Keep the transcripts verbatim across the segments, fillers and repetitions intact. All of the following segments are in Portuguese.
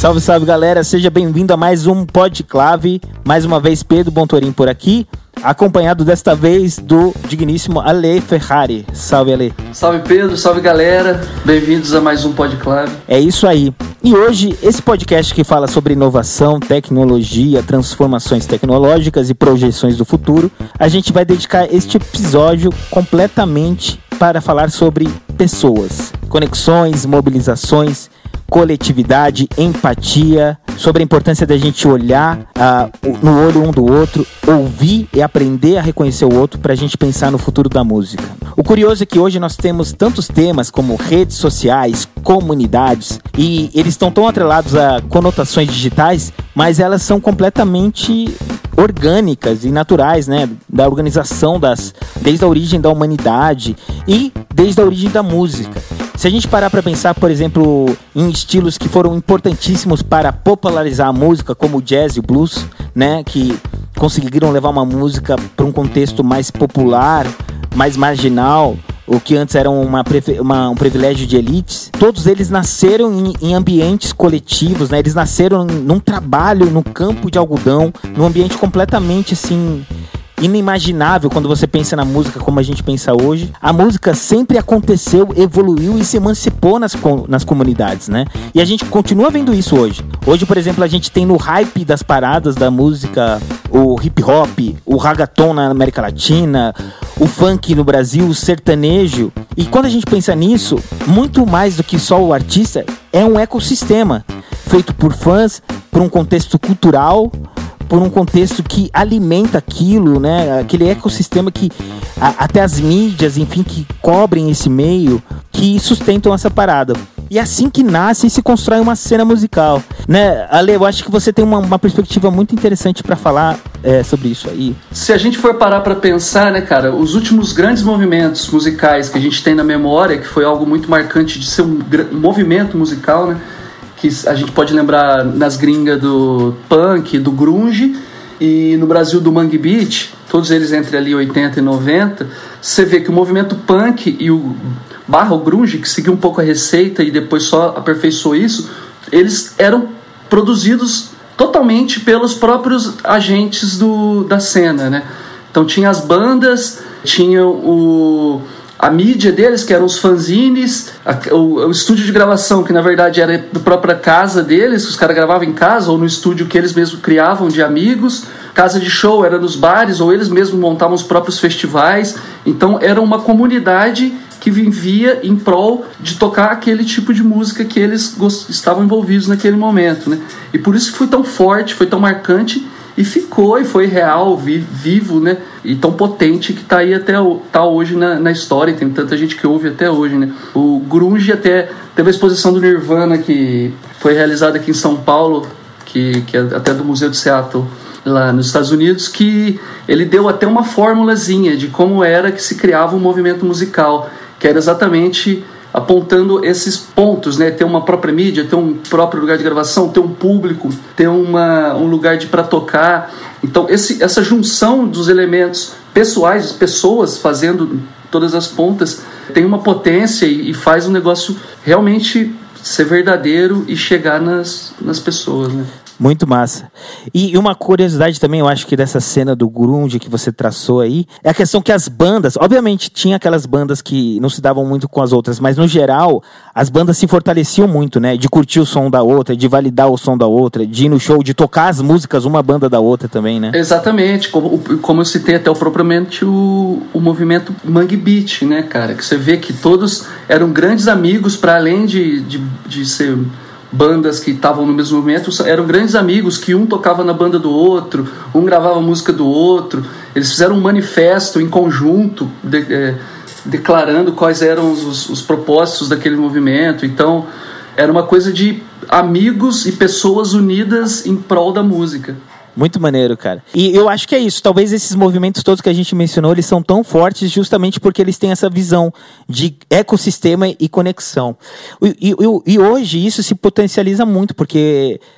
Salve, salve, galera. Seja bem-vindo a mais um Podclave. Mais uma vez, Pedro Bontorim por aqui, acompanhado desta vez do digníssimo Ale Ferrari. Salve, Ale. Salve, Pedro. Salve, galera. Bem-vindos a mais um Podclave. É isso aí. E hoje, esse podcast que fala sobre inovação, tecnologia, transformações tecnológicas e projeções do futuro, a gente vai dedicar este episódio completamente para falar sobre pessoas, conexões, mobilizações, coletividade, empatia, sobre a importância da gente olhar uh, no olho um do outro, ouvir e aprender a reconhecer o outro para a gente pensar no futuro da música. O curioso é que hoje nós temos tantos temas como redes sociais, comunidades, e eles estão tão atrelados a conotações digitais, mas elas são completamente orgânicas e naturais, né, da organização das, desde a origem da humanidade e desde a origem da música. Se a gente parar para pensar, por exemplo, em estilos que foram importantíssimos para popularizar a música, como o jazz e o blues, né, que conseguiram levar uma música para um contexto mais popular, mais marginal, o que antes era uma, uma, um privilégio de elites, todos eles nasceram em, em ambientes coletivos, né? Eles nasceram num trabalho, no campo de algodão, num ambiente completamente assim inimaginável quando você pensa na música como a gente pensa hoje. A música sempre aconteceu, evoluiu e se emancipou nas, nas comunidades, né? E a gente continua vendo isso hoje. Hoje, por exemplo, a gente tem no hype das paradas da música o hip hop, o reggaeton na América Latina, o funk no Brasil, o sertanejo. E quando a gente pensa nisso, muito mais do que só o artista, é um ecossistema feito por fãs, por um contexto cultural, por um contexto que alimenta aquilo, né? Aquele ecossistema que a, até as mídias, enfim, que cobrem esse meio, que sustentam essa parada. E é assim que nasce e se constrói uma cena musical, né? Ale, eu acho que você tem uma, uma perspectiva muito interessante para falar é, sobre isso aí. Se a gente for parar para pensar, né, cara, os últimos grandes movimentos musicais que a gente tem na memória, que foi algo muito marcante de ser um, um movimento musical, né? Que a gente pode lembrar nas gringas do punk, do grunge, e no Brasil do mangue beat, todos eles entre ali oitenta e noventa, você vê que o movimento punk e o barra o grunge, que seguiu um pouco a receita e depois só aperfeiçoou isso, eles eram produzidos totalmente pelos próprios agentes do, da cena, né? Então tinha as bandas, tinha o... a mídia deles, que eram os fanzines, a, o, o estúdio de gravação, que na verdade era da própria casa deles, os caras gravavam em casa ou no estúdio que eles mesmos criavam de amigos. Casa de show era nos bares, ou eles mesmos montavam os próprios festivais. Então era uma comunidade que vivia em prol de tocar aquele tipo de música que eles gost... estavam envolvidos naquele momento, né? E por isso que foi tão forte, foi tão marcante, e ficou, e foi real, vi, vivo, né? E tão potente que tá aí até tá hoje na, na história, e tem tanta gente que ouve até hoje, né? O grunge até teve a exposição do Nirvana, que foi realizada aqui em São Paulo, que, que é até do Museu de Seattle, lá nos Estados Unidos, que ele deu até uma formulazinha de como era que se criava um movimento musical, que era exatamente apontando esses pontos, né? Ter uma própria mídia, ter um próprio lugar de gravação, ter um público, ter uma, um lugar de para tocar. Então esse, essa junção dos elementos pessoais, pessoas fazendo todas as pontas, tem uma potência e, e faz o negócio realmente ser verdadeiro e chegar nas, nas pessoas, né? Muito massa. E uma curiosidade também, eu acho que dessa cena do grunge que você traçou aí, é a questão que as bandas, obviamente tinha aquelas bandas que não se davam muito com as outras, mas no geral, as bandas se fortaleciam muito, né? De curtir o som da outra, de validar o som da outra, de ir no show, de tocar as músicas uma banda da outra também, né? Exatamente, como, como eu citei até o, propriamente o, o movimento Mangue Beat, né, cara? Que você vê que todos eram grandes amigos, para além de, de, de ser bandas que estavam no mesmo movimento, eram grandes amigos, que um tocava na banda do outro, um gravava a música do outro. Eles fizeram um manifesto em conjunto, de, é, declarando quais eram os, os propósitos daquele movimento. Então era uma coisa de amigos e pessoas unidas em prol da música. Muito maneiro, cara. E eu acho que é isso. Talvez esses movimentos todos que a gente mencionou, eles são tão fortes justamente porque eles têm essa visão de ecossistema e conexão. E, e, e hoje isso se potencializa muito, porque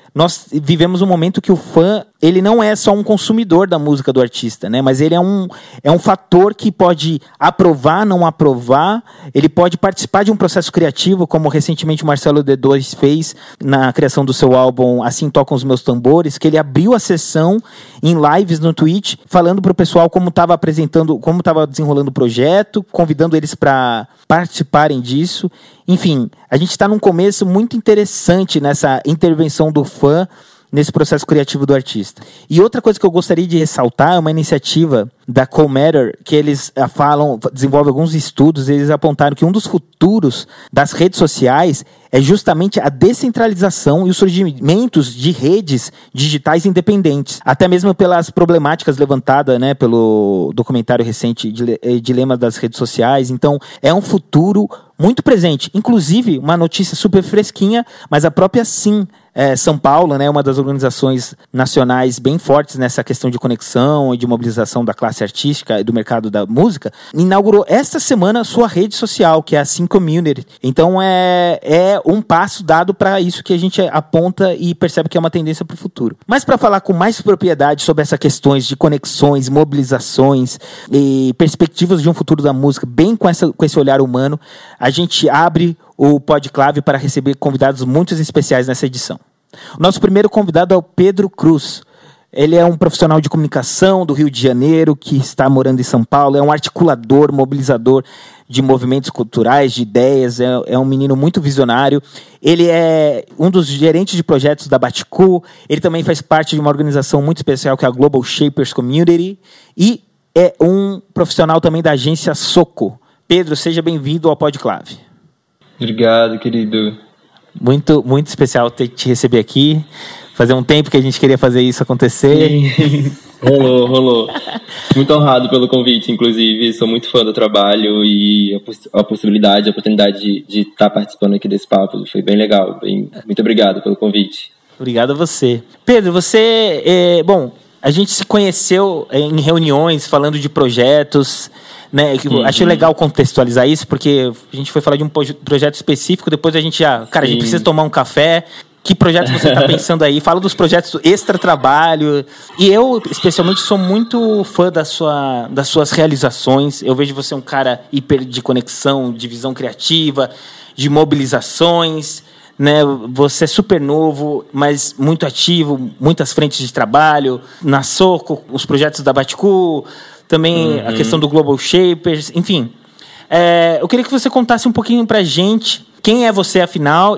nós vivemos um momento que o fã, ele não é só um consumidor da música do artista, né? Mas ele é um, é um fator que pode aprovar, não aprovar, ele pode participar de um processo criativo, como recentemente o Marcelo D dois fez na criação do seu álbum Assim Tocam os Meus Tambores, que ele abriu a sessão em lives no Twitch, falando pro pessoal como estava apresentando, como estava desenrolando o projeto, convidando eles para participarem disso. Enfim, a gente está num começo muito interessante nessa intervenção do fã nesse processo criativo do artista. E outra coisa que eu gostaria de ressaltar é uma iniciativa da Comatter, que eles uh, falam, desenvolvem alguns estudos, eles apontaram que um dos futuros das redes sociais é justamente a descentralização e os surgimentos de redes digitais independentes, até mesmo pelas problemáticas levantadas, né, pelo documentário recente Dilema das Redes Sociais. Então, é um futuro muito presente. Inclusive, uma notícia super fresquinha, mas a própria Sim, é, São Paulo, né, uma das organizações nacionais bem fortes nessa questão de conexão e de mobilização da classe artística e do mercado da música, inaugurou esta semana sua rede social, que é a Sim Community. Então, é, é um passo dado para isso que a gente aponta e percebe que é uma tendência para o futuro. Mas para falar com mais propriedade sobre essas questões de conexões, mobilizações e perspectivas de um futuro da música, bem com, essa, com esse olhar humano, a gente abre o Podclave para receber convidados muito especiais nessa edição. O nosso primeiro convidado é o Pedro Cruz. Ele é um profissional de comunicação do Rio de Janeiro, que está morando em São Paulo, é um articulador, mobilizador de movimentos culturais, de ideias, é, é um menino muito visionário. Ele é um dos gerentes de projetos da Baticu, ele também faz parte de uma organização muito especial, que é a Global Shapers Community, e é um profissional também da agência Soco. Pedro, seja bem-vindo ao Podclave. Obrigado, querido. Muito, muito especial ter te receber aqui. Fazia um tempo que a gente queria fazer isso acontecer. Sim. rolou, rolou. Muito honrado pelo convite, inclusive. Sou muito fã do trabalho e a, poss- a possibilidade, a oportunidade de, de estar participando aqui desse papo. Foi bem legal. Bem, muito obrigado pelo convite. Obrigado a você. Pedro, você... É, bom, a gente se conheceu em reuniões, falando de projetos... Né? Uhum. Achei legal contextualizar isso, porque a gente foi falar de um projeto específico, depois a gente já... Cara, Sim. a gente precisa tomar um café. Que projeto você está pensando aí? Fala dos projetos do extra trabalho. E eu, especialmente, sou muito fã da sua, das suas realizações. Eu vejo você um cara hiper de conexão, de visão criativa, de mobilizações, né? Você é super novo, mas muito ativo, muitas frentes de trabalho. Na Soco, os projetos da Baticu... Também uhum. a questão do Global Shapers, enfim. É, eu queria que você contasse um pouquinho pra gente quem é você, afinal,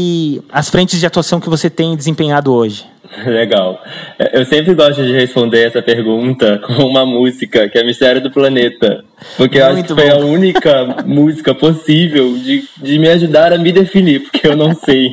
e as frentes de atuação que você tem desempenhado hoje. Legal. Eu sempre gosto de responder essa pergunta com uma música, que é Mistério do Planeta. Porque eu acho que foi bom. A única música possível de, de me ajudar a me definir, porque eu não sei.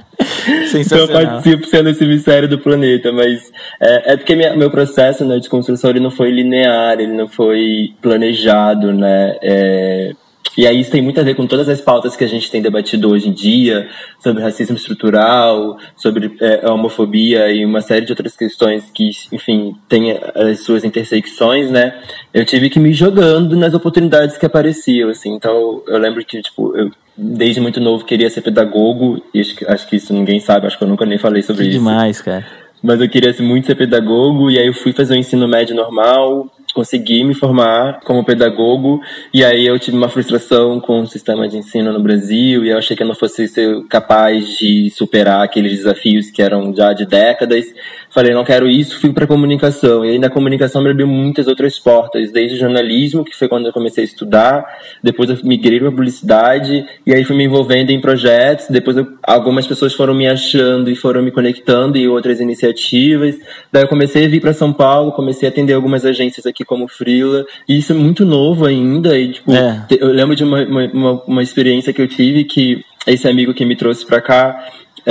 Então eu participo sendo esse mistério do planeta, mas é, é porque minha, meu processo, né, de construção ele não foi linear, ele não foi planejado, né, é, e aí isso tem muito a ver com todas as pautas que a gente tem debatido hoje em dia, sobre racismo estrutural, sobre é, homofobia e uma série de outras questões que, enfim, tem as suas intersecções, né, eu tive que me jogando nas oportunidades que apareciam, assim, então eu lembro que, tipo, eu desde muito novo queria ser pedagogo, e acho que, acho que isso ninguém sabe, acho que eu nunca nem falei sobre que isso. Demais, cara. Mas eu queria muito ser pedagogo, e aí eu fui fazer o ensino médio normal, consegui me formar como pedagogo, e aí eu tive uma frustração com o sistema de ensino no Brasil, e eu achei que eu não fosse ser capaz de superar aqueles desafios que eram já de décadas. Falei, não quero isso, fui para comunicação, e aí na comunicação me abriu muitas outras portas, desde o jornalismo, que foi quando eu comecei a estudar, depois eu migrei para publicidade, e aí fui me envolvendo em projetos, depois eu, algumas pessoas foram me achando e foram me conectando em outras iniciativas, daí eu comecei a vir para São Paulo, comecei a atender algumas agências aqui como freela, e isso é muito novo ainda, e tipo, é. eu lembro de uma, uma, uma experiência que eu tive, que esse amigo que me trouxe pra cá,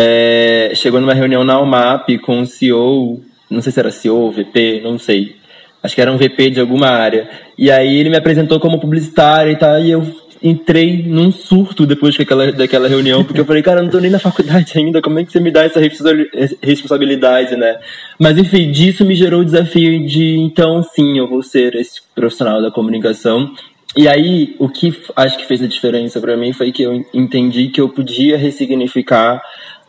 é, chegou numa reunião na UMAP com o C E O, não sei se era C E O, V P, não sei, acho que era um V P de alguma área, e aí ele me apresentou como publicitário e tal, e eu entrei num surto depois daquela, daquela reunião, porque eu falei, cara, eu não tô nem na faculdade ainda, como é que você me dá essa responsabilidade, né? Mas, enfim, disso me gerou o desafio de, então, sim, eu vou ser esse profissional da comunicação. E aí, o que acho que fez a diferença pra mim foi que eu entendi que eu podia ressignificar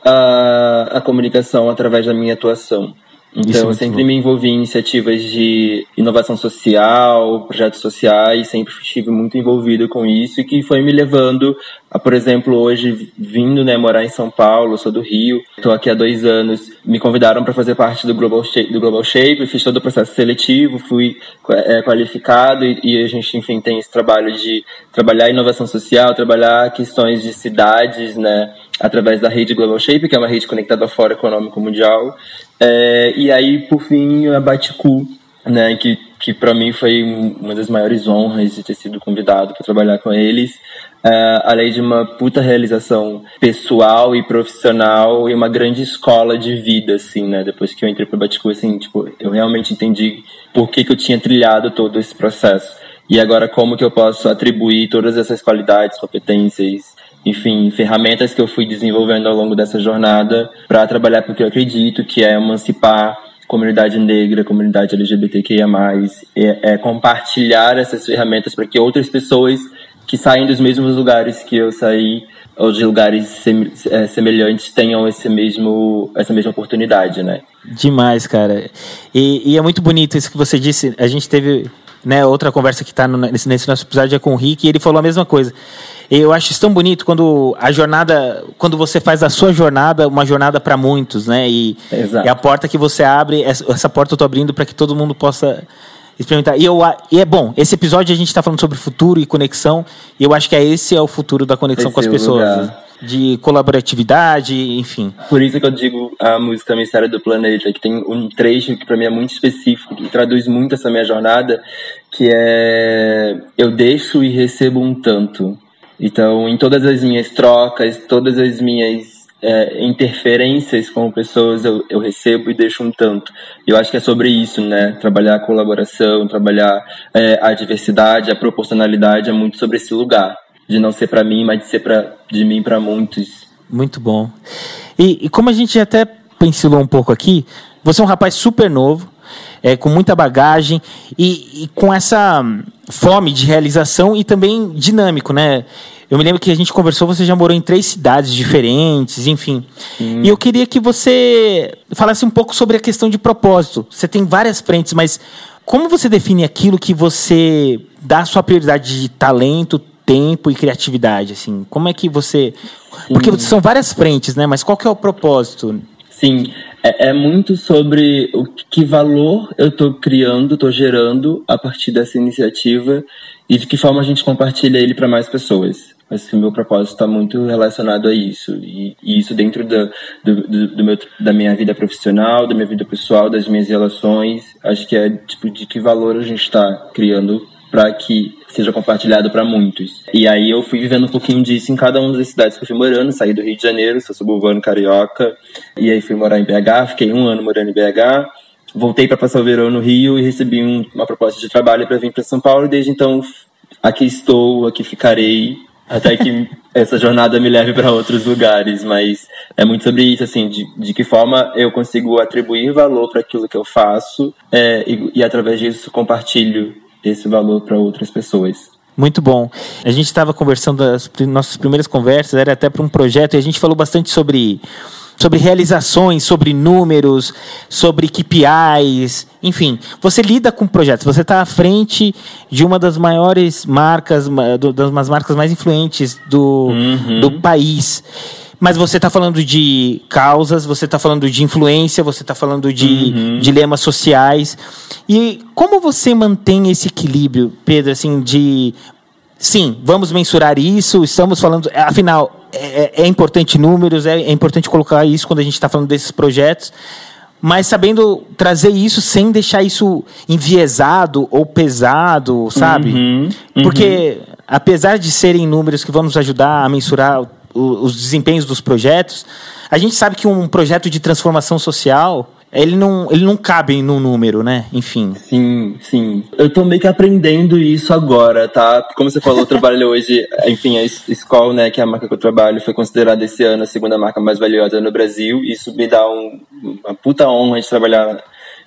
a, a comunicação através da minha atuação. Então, eu sempre bom. me envolvi em iniciativas de inovação social, projetos sociais, sempre estive muito envolvido com isso e que foi me levando a, por exemplo, hoje, vindo, né, morar em São Paulo, sou do Rio, estou aqui há dois anos, me convidaram para fazer parte do Global Shape, do Global Shape, fiz todo o processo seletivo, fui é, qualificado e, e a gente, enfim, tem esse trabalho de trabalhar inovação social, trabalhar questões de cidades, né, através da rede Global Shape, que é uma rede conectada ao Fórum Econômico Mundial. É, e aí, por fim, a Baticu, né, que, que para mim foi uma das maiores honras de ter sido convidado para trabalhar com eles, é, além de uma puta realização pessoal e profissional e uma grande escola de vida, assim, né, depois que eu entrei para Baticu, assim, tipo, eu realmente entendi por que que eu tinha trilhado todo esse processo. E agora como que eu posso atribuir todas essas qualidades, competências, enfim, ferramentas que eu fui desenvolvendo ao longo dessa jornada para trabalhar porque eu acredito que é emancipar comunidade negra, comunidade L G B T Q I A mais, é, é compartilhar essas ferramentas para que outras pessoas que saem dos mesmos lugares que eu saí, ou de lugares sem, é, semelhantes, tenham esse mesmo, essa mesma oportunidade, né? Demais, cara. E, e é muito bonito isso que você disse. A gente teve, né, outra conversa que está nesse, nesse nosso episódio é com o Rick, e ele falou a mesma coisa. Eu acho isso tão bonito quando a jornada, quando você faz a sua jornada uma jornada para muitos, né? E, e a porta que você abre, essa, essa porta eu tô abrindo para que todo mundo possa experimentar. E, eu, e é bom, esse episódio a gente está falando sobre futuro e conexão, e eu acho que é esse é o futuro da conexão esse com as pessoas. Né? De colaboratividade, enfim. Por isso que eu digo a música Mistério do Planeta, que tem um trecho que para mim é muito específico, que traduz muito essa minha jornada, que é: eu deixo e recebo um tanto. Então, em todas as minhas trocas, todas as minhas é, interferências com pessoas, eu, eu recebo e deixo um tanto. Eu acho que é sobre isso, né? Trabalhar a colaboração, trabalhar é, a diversidade, a proporcionalidade, é muito sobre esse lugar. De não ser para mim, mas de ser pra, de mim para muitos. Muito bom. E, e como a gente até pensou um pouco aqui, você é um rapaz super novo, é, com muita bagagem e, e com essa fome de realização e também dinâmico, né? Eu me lembro que a gente conversou, você já morou em três cidades diferentes, enfim. Hum. E eu queria que você falasse um pouco sobre a questão de propósito. Você tem várias frentes, mas como você define aquilo que você dá a sua prioridade de talento, tempo e criatividade, assim? Como é que você... Porque hum. são várias frentes, né? Mas qual que é o propósito? Sim, é, é muito sobre o que valor eu estou criando, estou gerando a partir dessa iniciativa e de que forma a gente compartilha ele para mais pessoas. Acho que o meu propósito está muito relacionado a isso. E, e isso dentro da, do, do, do meu, da minha vida profissional, da minha vida pessoal, das minhas relações. Acho que é tipo de que valor a gente está criando para que seja compartilhado para muitos. E aí eu fui vivendo um pouquinho disso em cada uma das cidades que eu fui morando. Saí do Rio de Janeiro, sou suburbano carioca, e aí fui morar em B H, fiquei um ano morando em B H, voltei para passar o verão no Rio e recebi um, uma proposta de trabalho para vir para São Paulo, e desde então aqui estou, aqui ficarei, até que essa jornada me leve para outros lugares. Mas é muito sobre isso, assim, de, de que forma eu consigo atribuir valor para aquilo que eu faço, é, e, e através disso compartilho esse valor para outras pessoas. Muito bom. A gente estava conversando, as nossas primeiras conversas, era até para um projeto, e a gente falou bastante sobre, sobre realizações, sobre números, sobre K P Is, enfim. Você lida com projetos, você está à frente de uma das maiores marcas, das marcas mais influentes do, uhum. do país. Mas você está falando de causas, você está falando de influência, você está falando de uhum. dilemas sociais. E como você mantém esse equilíbrio, Pedro, assim, de... Sim, vamos mensurar isso, estamos falando... Afinal, é, é importante números, é, é importante colocar isso quando a gente está falando desses projetos, mas sabendo trazer isso sem deixar isso enviesado ou pesado, sabe? Uhum. Uhum. Porque, apesar de serem números que vão nos ajudar a mensurar os desempenhos dos projetos, a gente sabe que um projeto de transformação social, ele não, ele não cabe no número, né? Enfim. Sim, sim. Eu tô meio que aprendendo isso agora, tá? Como você falou, eu trabalho hoje, enfim, a Skol, né, que é a marca que eu trabalho, foi considerada esse ano a segunda marca mais valiosa no Brasil. Isso me dá um, uma puta honra de trabalhar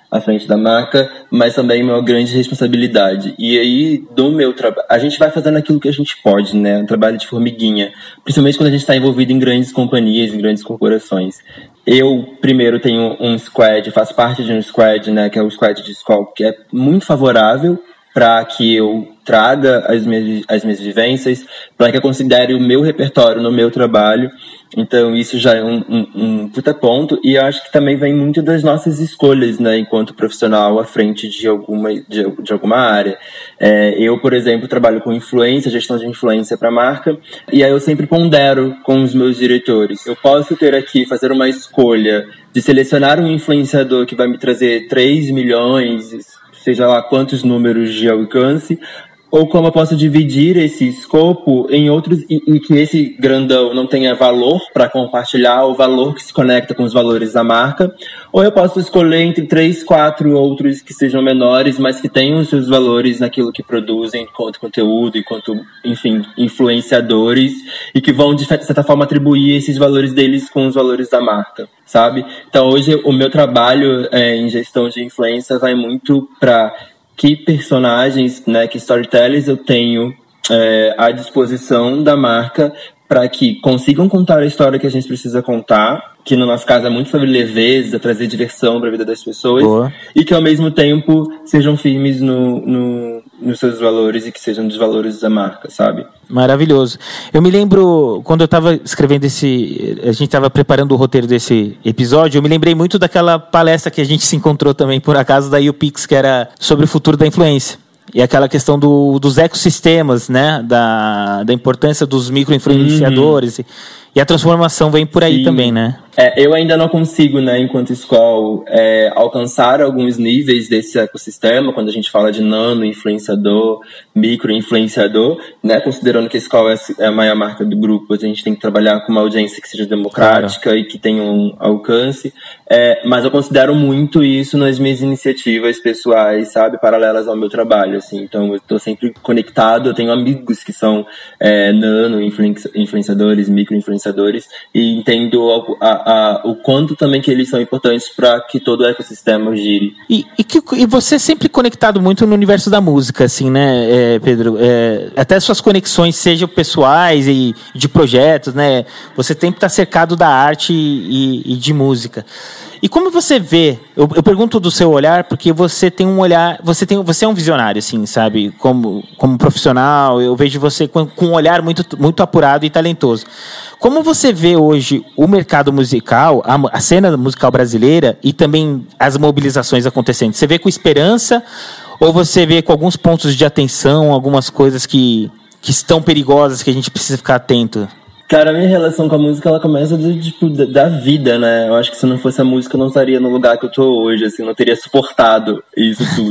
à frente da marca, mas também uma grande responsabilidade. E aí, do meu trabalho, a gente vai fazendo aquilo que a gente pode, né? Um trabalho de formiguinha, principalmente quando a gente está envolvido em grandes companhias, em grandes corporações. Eu, primeiro, tenho um squad, faço parte de um squad, né, que é o squad de escola, que é muito favorável para que eu traga as minhas, as minhas vivências, para que eu considere o meu repertório no meu trabalho. Então, isso já é um, um, um puta ponto, e eu acho que também vem muito das nossas escolhas, né, enquanto profissional à frente de alguma, de, de alguma área. É, eu, por exemplo, trabalho com influência, gestão de influência para a marca, e aí eu sempre pondero com os meus diretores. Eu posso ter aqui, fazer uma escolha de selecionar um influenciador que vai me trazer três milhões, seja lá quantos números de alcance, ou como eu posso dividir esse escopo em outros, e, e que esse grandão não tenha valor para compartilhar, o valor que se conecta com os valores da marca, ou eu posso escolher entre três, quatro outros que sejam menores, mas que tenham os seus valores naquilo que produzem, enquanto conteúdo, enquanto, enfim, influenciadores, e que vão, de certa forma, atribuir esses valores deles com os valores da marca, sabe? Então, hoje, o meu trabalho é, em gestão de influência vai muito para que personagens, né, que storytellers eu tenho é, à disposição da marca para que consigam contar a história que a gente precisa contar, que no nosso caso é muito sobre leveza, trazer diversão para a vida das pessoas. Boa. E que ao mesmo tempo sejam firmes no, no, nos seus valores e que sejam dos valores da marca, sabe? Maravilhoso. Eu me lembro, quando eu estava escrevendo esse... A gente estava preparando o roteiro desse episódio, eu me lembrei muito daquela palestra que a gente se encontrou também, por acaso, da U Pix, que era sobre o futuro da influência. E aquela questão do, dos ecossistemas, né? Da, da importância dos micro-influenciadores. Uhum. E a transformação vem por aí. Sim. Também, né? É, eu ainda não consigo, né, enquanto escola, é, alcançar alguns níveis desse ecossistema, quando a gente fala de nano-influenciador, micro-influenciador, né, considerando que a escola é a maior marca do grupo, a gente tem que trabalhar com uma audiência que seja democrática, claro, e que tenha um alcance, é, mas eu considero muito isso nas minhas iniciativas pessoais, sabe, paralelas ao meu trabalho, assim, então eu estou sempre conectado, eu tenho amigos que são é, nano-influenciadores, micro-influenciadores, e entendo a, a A, o quanto também que eles são importantes para que todo o ecossistema gire. E, e, que, e você sempre conectado muito no universo da música, assim, né, é, Pedro? É, até suas conexões, sejam pessoais e de projetos, né? Você sempre está cercado da arte e, e, e de música. E como você vê, eu, eu pergunto do seu olhar, porque você tem um olhar, você, tem, você é um visionário, assim, sabe? Como, como profissional, eu vejo você com, com um olhar muito, muito apurado e talentoso. Como você vê hoje o mercado musical, a, a cena musical brasileira e também as mobilizações acontecendo? Você vê com esperança ou você vê com alguns pontos de atenção, algumas coisas que, que estão perigosas, que a gente precisa ficar atento? Cara, a minha relação com a música, ela começa de, tipo, da vida, né? Eu acho que se não fosse a música, eu não estaria no lugar que eu tô hoje, assim, não teria suportado isso tudo.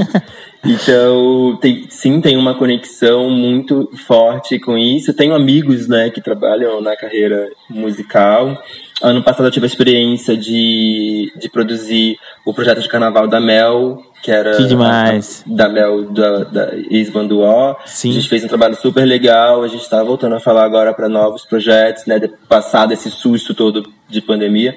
Então, tem, sim, tem uma conexão muito forte com isso. Tenho amigos, né, que trabalham na carreira musical. Ano passado eu tive a experiência de, de produzir o projeto de carnaval da Mel, que era que demais. A, da Mel, da, da ex-Bando O. Sim. A gente fez um trabalho super legal, a gente está voltando a falar agora para novos projetos, né, de passado esse susto todo de pandemia.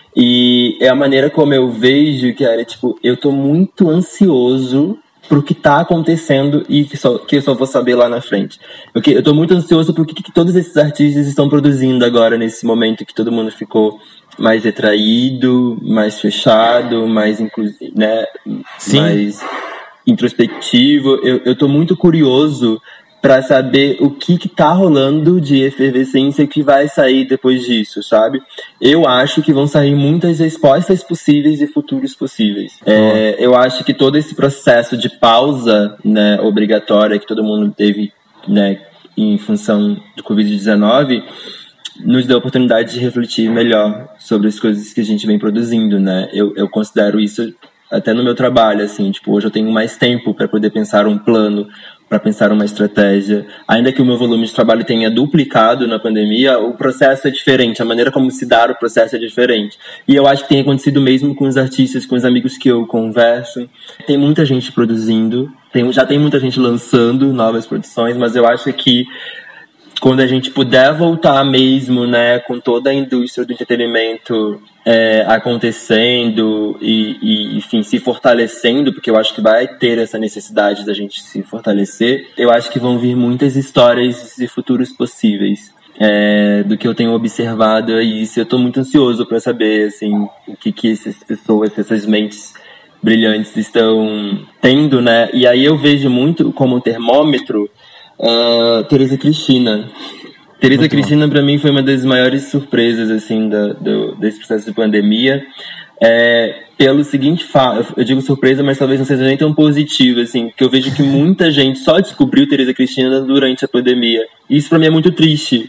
E é a maneira como eu vejo que era, tipo, eu tô muito ansioso pro que tá acontecendo e que, só, que eu só vou saber lá na frente. Eu, eu tô muito ansioso pro que, que todos esses artistas estão produzindo agora, nesse momento que todo mundo ficou mais retraído, mais fechado, mais, inclu- né, mais introspectivo. Eu, eu tô muito curioso para saber o que que tá rolando de efervescência que vai sair depois disso, sabe? Eu acho que vão sair muitas respostas possíveis e futuros possíveis. Oh. É, eu acho que todo esse processo de pausa, né, obrigatória que todo mundo teve, né, em função do covid dezenove, nos deu a oportunidade de refletir melhor sobre as coisas que a gente vem produzindo, né? Eu, eu considero isso até no meu trabalho, assim, tipo, hoje eu tenho mais tempo para poder pensar um plano, para pensar uma estratégia. Ainda que o meu volume de trabalho tenha duplicado na pandemia, o processo é diferente, a maneira como se dá o processo é diferente. E eu acho que tem acontecido mesmo com os artistas, com os amigos que eu converso. Tem muita gente produzindo, tem, já tem muita gente lançando novas produções, mas eu acho que quando a gente puder voltar mesmo, né, com toda a indústria do entretenimento é, acontecendo e, e, enfim, se fortalecendo, porque eu acho que vai ter essa necessidade da gente se fortalecer, eu acho que vão vir muitas histórias de futuros possíveis. É, do que eu tenho observado é isso. Eu tô muito ansioso para saber, assim, o que que essas pessoas, essas mentes brilhantes estão tendo, né? E aí eu vejo muito como termômetro uh, Teresa Cristina. Teresa muito Cristina, para mim, foi uma das maiores surpresas, assim, da, do, desse processo de pandemia. É, pelo seguinte fato, eu digo surpresa, mas talvez não seja nem tão positivo, assim, porque eu vejo que muita gente só descobriu Teresa Cristina durante a pandemia. E isso para mim é muito triste.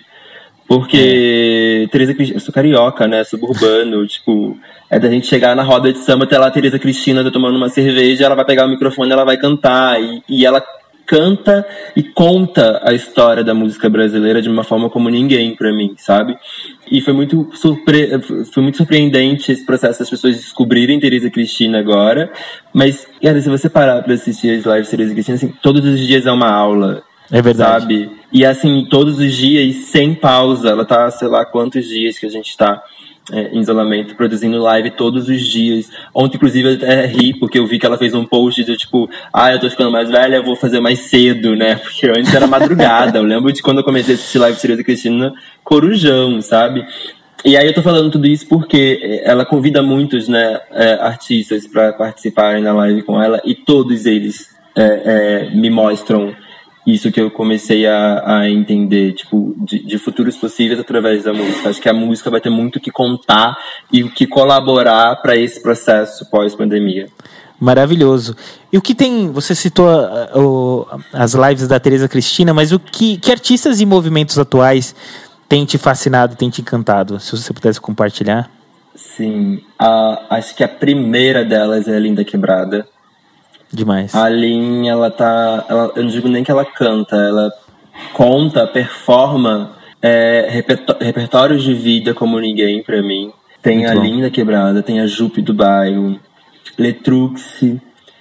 Porque é. Teresa Cristina, eu sou carioca, né, suburbano, tipo, é da gente chegar na roda de samba, até lá a Teresa Cristina tá tomando uma cerveja, ela vai pegar o microfone, ela vai cantar, e, e ela canta e conta a história da música brasileira de uma forma como ninguém pra mim, sabe? E foi muito, surpre... foi muito surpreendente esse processo das pessoas descobrirem Teresa Cristina agora, mas, cara, se você parar pra assistir as lives de Teresa Cristina, assim, todos os dias é uma aula. É verdade. Sabe? E assim, todos os dias, sem pausa. Ela tá, sei lá, quantos dias que a gente tá é, em isolamento, produzindo live todos os dias. Ontem, inclusive, eu até ri, porque eu vi que ela fez um post de tipo, ah, eu tô ficando mais velha, eu vou fazer mais cedo, né? Porque antes era madrugada. Eu lembro de quando eu comecei a assistir live de Teresa Cristina, corujão, sabe? E aí eu tô falando tudo isso porque ela convida muitos, né, é, artistas pra participarem na live com ela, e todos eles é, é, me mostram isso que eu comecei a, a entender, tipo, de, de futuros possíveis através da música. Acho que a música vai ter muito o que contar e o que colaborar para esse processo pós-pandemia. Maravilhoso. E o que tem, você citou uh, uh, as lives da Teresa Cristina, mas o que, que artistas e movimentos atuais têm te fascinado, têm te encantado? Se você pudesse compartilhar. Sim, a, acho que a primeira delas é a Linda Quebrada. Demais. A Lin, ela tá... Ela, eu não digo nem que ela canta, ela conta, performa é, repertó- repertórios de vida como ninguém pra mim. Tem muito a bom. Linda Quebrada, tem a Jupe do Bairro, Letrux, uh,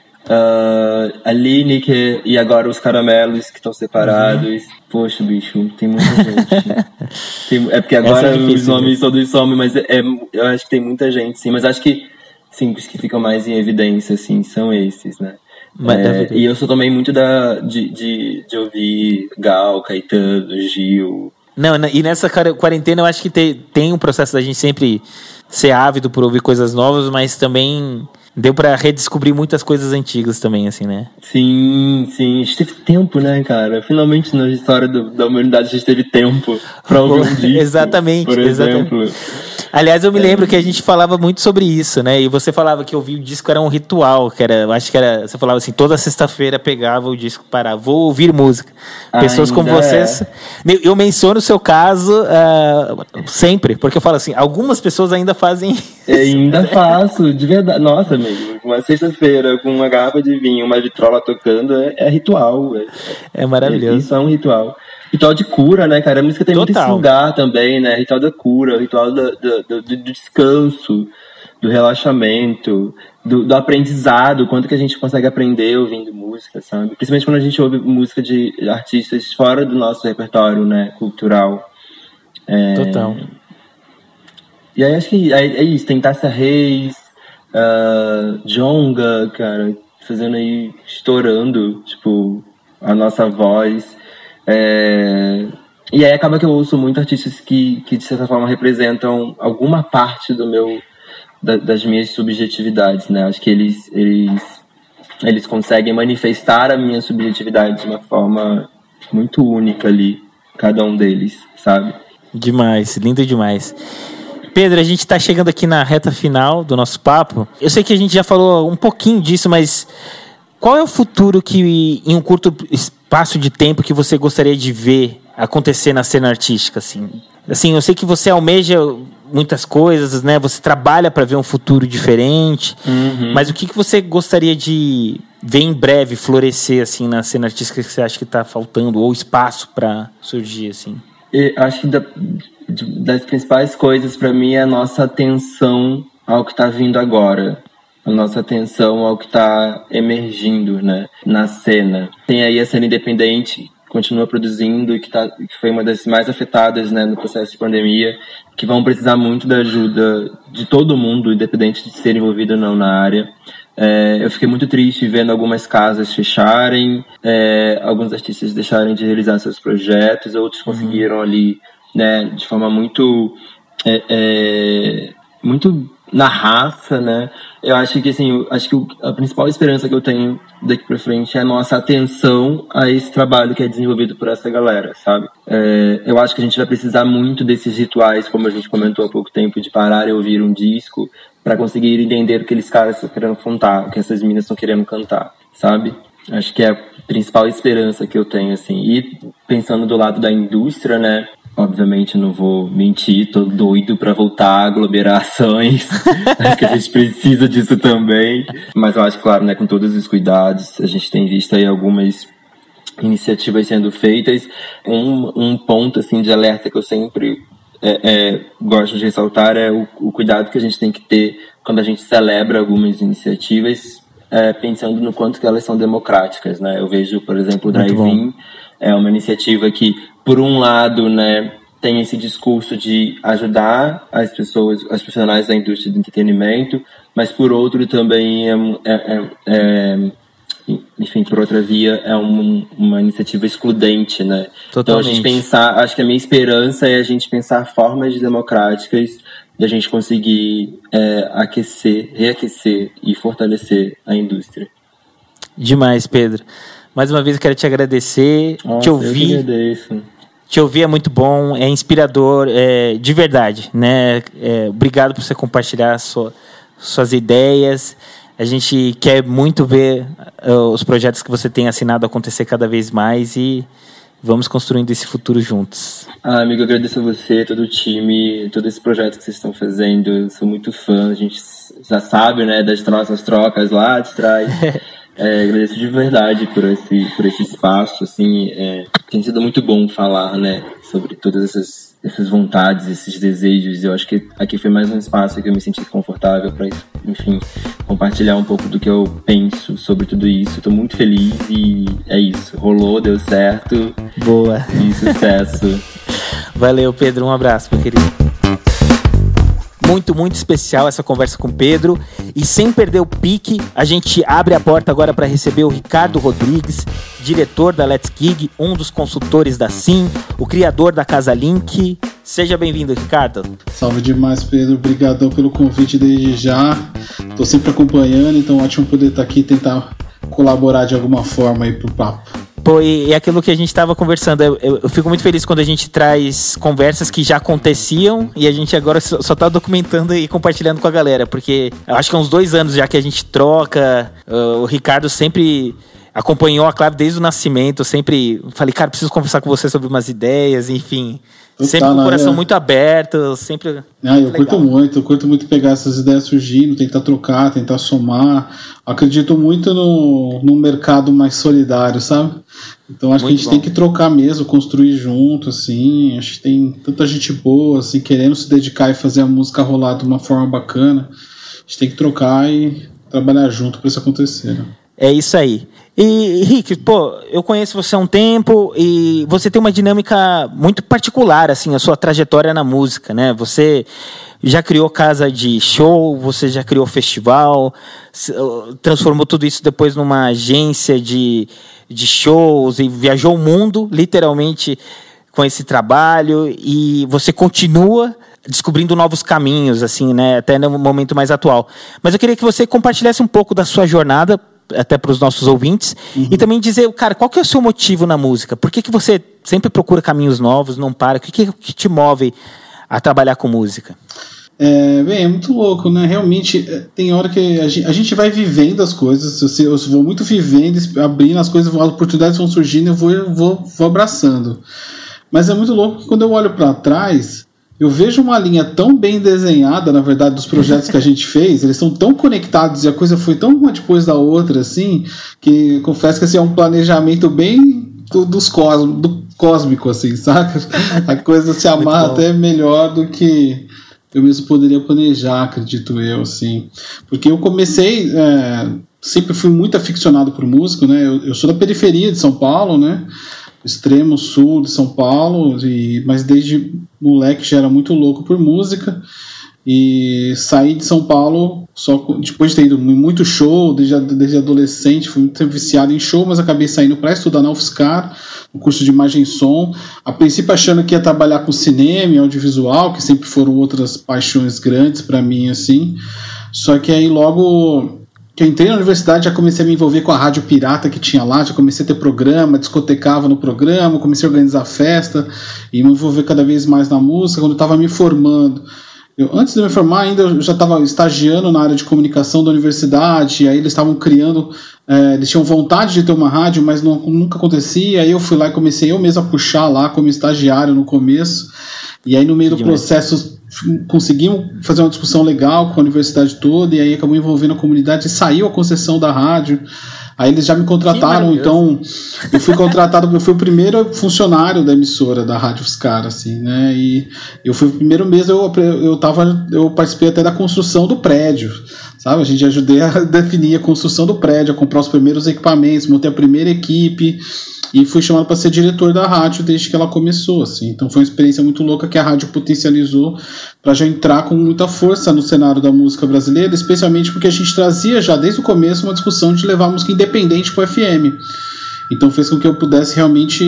a Lineker e agora os Caramelos que estão separados. Uhum. Poxa, bicho, tem muita gente. tem, é porque agora é difícil, os nomes todos somem, mas é, é, eu acho que tem muita gente, sim. Mas acho que sim, os que ficam mais em evidência, assim, são esses, né? É, e eu sou também muito da, de, de, de ouvir Gal, Caetano, Gil. Não, e nessa quarentena eu acho que tem, tem um processo da gente sempre ser ávido por ouvir coisas novas, mas também deu pra redescobrir muitas coisas antigas também, assim, né? Sim, sim. A gente teve tempo, né, cara? Finalmente na história do, da humanidade a gente teve tempo pra ouvir um disco, exatamente, por exemplo. Exatamente. Aliás, eu me lembro que a gente falava muito sobre isso, né? E você falava que ouvir o disco era um ritual, que era, eu acho que era, você falava assim, toda sexta-feira pegava o disco para vou ouvir música. Pessoas Ainda como vocês. É. Eu menciono o seu caso uh, sempre, porque eu falo assim, algumas pessoas ainda fazem. Eu ainda faço, de verdade. Nossa, amigo, uma sexta-feira com uma garrafa de vinho, uma vitrola tocando, é, é ritual. É, é maravilhoso. É, isso é um ritual. Ritual de cura, né, cara? A música tem Total. muito esse lugar também, né? Ritual da cura, ritual do, do, do, do descanso, do relaxamento, do, do aprendizado, quanto que a gente consegue aprender ouvindo música, sabe? Principalmente quando a gente ouve música de artistas fora do nosso repertório, né, cultural. É... Total. E aí acho que é, é isso, tem Tássia Reis, uh, Djonga, cara, fazendo aí, estourando, tipo, a nossa voz. É... E aí acaba que eu ouço muito artistas que, que de certa forma representam alguma parte do meu, da, das minhas subjetividades, né? Acho que eles, eles, eles conseguem manifestar a minha subjetividade de uma forma muito única ali, cada um deles, sabe? Demais, lindo demais. Pedro, a gente está chegando aqui na reta final do nosso papo. Eu sei que a gente já falou um pouquinho disso, mas qual é o futuro que, em um curto espaço de tempo, que você gostaria de ver acontecer na cena artística, assim? Assim, eu sei que você almeja muitas coisas, né? Você trabalha para ver um futuro diferente, uhum. mas o que, que você gostaria de ver em breve florescer, assim, na cena artística que você acha que está faltando, ou espaço para surgir, assim? Eu acho que da, das principais coisas para mim é a nossa atenção ao que está vindo agora. A nossa atenção ao que está emergindo, né, na cena. Tem aí a cena independente, continua produzindo e que, tá, que foi uma das mais afetadas, né, no processo de pandemia, que vão precisar muito da ajuda de todo mundo, independente de ser envolvido ou não na área. É, eu fiquei muito triste vendo algumas casas fecharem, é, alguns artistas deixarem de realizar seus projetos, outros conseguiram ali, né, de forma muito, é, é, muito na raça, né? Eu acho que, assim, eu acho que a principal esperança que eu tenho daqui pra frente é a nossa atenção a esse trabalho que é desenvolvido por essa galera, sabe? É, eu acho que a gente vai precisar muito desses rituais, como a gente comentou há pouco tempo, de parar e ouvir um disco para conseguir entender o que aqueles caras estão querendo cantar, o que essas meninas estão querendo cantar, sabe? Acho que é a principal esperança que eu tenho, assim. E pensando do lado da indústria, né? Obviamente não vou mentir, tô doido pra voltar a aglomerações. Acho que a gente precisa disso também. Mas eu acho, claro, né, com todos os cuidados, a gente tem visto aí algumas iniciativas sendo feitas. Um, um ponto, assim, de alerta que eu sempre é, é, gosto de ressaltar é o, o cuidado que a gente tem que ter quando a gente celebra algumas iniciativas, é, pensando no quanto que elas são democráticas, né? Eu vejo, por exemplo, o Drive-In é uma iniciativa que, por um lado, né, tem esse discurso de ajudar as pessoas, as profissionais da indústria do entretenimento, mas por outro também é, é, é enfim, por outra via, é um, uma iniciativa excludente, né? Totalmente. Então a gente pensar, acho que a minha esperança é a gente pensar formas democráticas de a gente conseguir é, aquecer, reaquecer e fortalecer a indústria. Demais, Pedro. Mais uma vez eu quero te agradecer, Nossa, te ouvir. Eu que agradeço. Te ouvir é muito bom, é inspirador, é, de verdade, né? É, obrigado por você compartilhar sua, suas ideias. A gente quer muito ver uh, os projetos que você tem assinado acontecer cada vez mais e vamos construindo esse futuro juntos. Ah, amigo, eu agradeço a você, todo o time, todo esse projeto que vocês estão fazendo. Eu sou muito fã, a gente já sabe, né, das nossas trocas lá de trás. É, agradeço de verdade por esse, por esse espaço, assim, é, tem sido muito bom falar, né, sobre todas essas, essas vontades, esses desejos. Eu acho que aqui foi mais um espaço que eu me senti confortável para, enfim, compartilhar um pouco do que eu penso sobre tudo isso. Estou muito feliz e é isso, rolou, deu certo. Boa. E sucesso. Valeu, Pedro, um abraço, meu querido. Muito, muito especial essa conversa com o Pedro. E sem perder o pique, a gente abre a porta agora para receber o Ricardo Rodrigues, diretor da Let's Gig, um dos consultores da Sim, o criador da Casa Link. Seja bem-vindo, Ricardo. Salve demais, Pedro. Obrigadão pelo convite desde já. Estou sempre acompanhando, então ótimo poder estar aqui e tentar colaborar de alguma forma aí pro papo. Pô, e, e aquilo que a gente estava conversando, eu, eu, eu fico muito feliz quando a gente traz conversas que já aconteciam e a gente agora só, só tá documentando e compartilhando com a galera, porque eu acho que há uns dois anos já que a gente troca, uh, o Ricardo sempre acompanhou a Clave desde o nascimento, sempre falei, cara, preciso conversar com você sobre umas ideias, enfim... Eu sempre tá, com o coração é. muito aberto, sempre... Ah, eu curto muito, eu curto muito pegar essas ideias surgindo, tentar trocar, tentar somar. Acredito muito no, no mercado mais solidário, sabe? Então acho muito que a gente bom. Tem que trocar mesmo, construir junto, assim. Acho que tem tanta gente boa, assim, querendo se dedicar e fazer a música rolar de uma forma bacana. A gente tem que trocar e trabalhar junto para isso acontecer, né? É isso aí. E, Rick, pô, eu conheço você há um tempo e você tem uma dinâmica muito particular, assim, a sua trajetória na música, né? Você já criou casa de show, você já criou festival, transformou tudo isso depois numa agência de, de shows e viajou o mundo, literalmente, com esse trabalho, e você continua descobrindo novos caminhos, assim, né? Até no momento mais atual. Mas eu queria que você compartilhasse um pouco da sua jornada, até para os nossos ouvintes, uhum. E também dizer, cara, qual que é o seu motivo na música? Por que, que você sempre procura caminhos novos, não para? O que, que, que te move a trabalhar com música? É, bem, é muito louco, né? Realmente, tem hora que a gente, a gente vai vivendo as coisas, eu, eu vou muito vivendo, abrindo as coisas, as oportunidades vão surgindo, eu vou, eu vou, vou abraçando. Mas é muito louco que quando eu olho para trás, eu vejo uma linha tão bem desenhada, na verdade, dos projetos que a gente fez, eles são tão conectados e a coisa foi tão uma depois da outra, assim, que confesso que assim, é um planejamento bem do, dos cosmos, do cósmico, assim, saca? A coisa se amarra até melhor do que eu mesmo poderia planejar, acredito eu, assim. Porque eu comecei, é, sempre fui muito aficionado por música, né? Eu, eu sou da periferia de São Paulo, né? extremo sul de São Paulo, e, mas desde moleque já era muito louco por música. E saí de São Paulo só depois de ter ido muito show, desde, desde adolescente, fui muito viciado em show, mas acabei saindo para estudar na UFSCar, no curso de imagem e som, a princípio achando que ia trabalhar com cinema e audiovisual, que sempre foram outras paixões grandes para mim, assim. Só que aí logo que eu entrei na universidade já comecei a me envolver com a rádio pirata que tinha lá, já comecei a ter programa, discotecava no programa, comecei a organizar festa e me envolver cada vez mais na música. Quando eu estava me formando, Eu, antes de me formar ainda, eu já estava estagiando na área de comunicação da universidade, e aí eles estavam criando, é, eles tinham vontade de ter uma rádio, mas não, nunca acontecia. Aí eu fui lá e comecei eu mesmo a puxar lá como estagiário no começo, e aí no meio do processo conseguimos fazer uma discussão legal com a universidade toda, e aí acabou envolvendo a comunidade e saiu a concessão da rádio. Aí eles já me contrataram, então eu fui contratado, eu fui o primeiro funcionário da emissora da Rádio UFSCar, assim, né? E eu fui o primeiro mês, eu, eu, tava, eu participei até da construção do prédio, sabe? A gente ajudei a definir a construção do prédio, a comprar os primeiros equipamentos, montei a primeira equipe e fui chamado para ser diretor da rádio desde que ela começou, assim. Então foi uma experiência muito louca que a rádio potencializou para já entrar com muita força no cenário da música brasileira, especialmente porque a gente trazia já desde o começo uma discussão de levar a música independente para o F M. Então fez com que eu pudesse realmente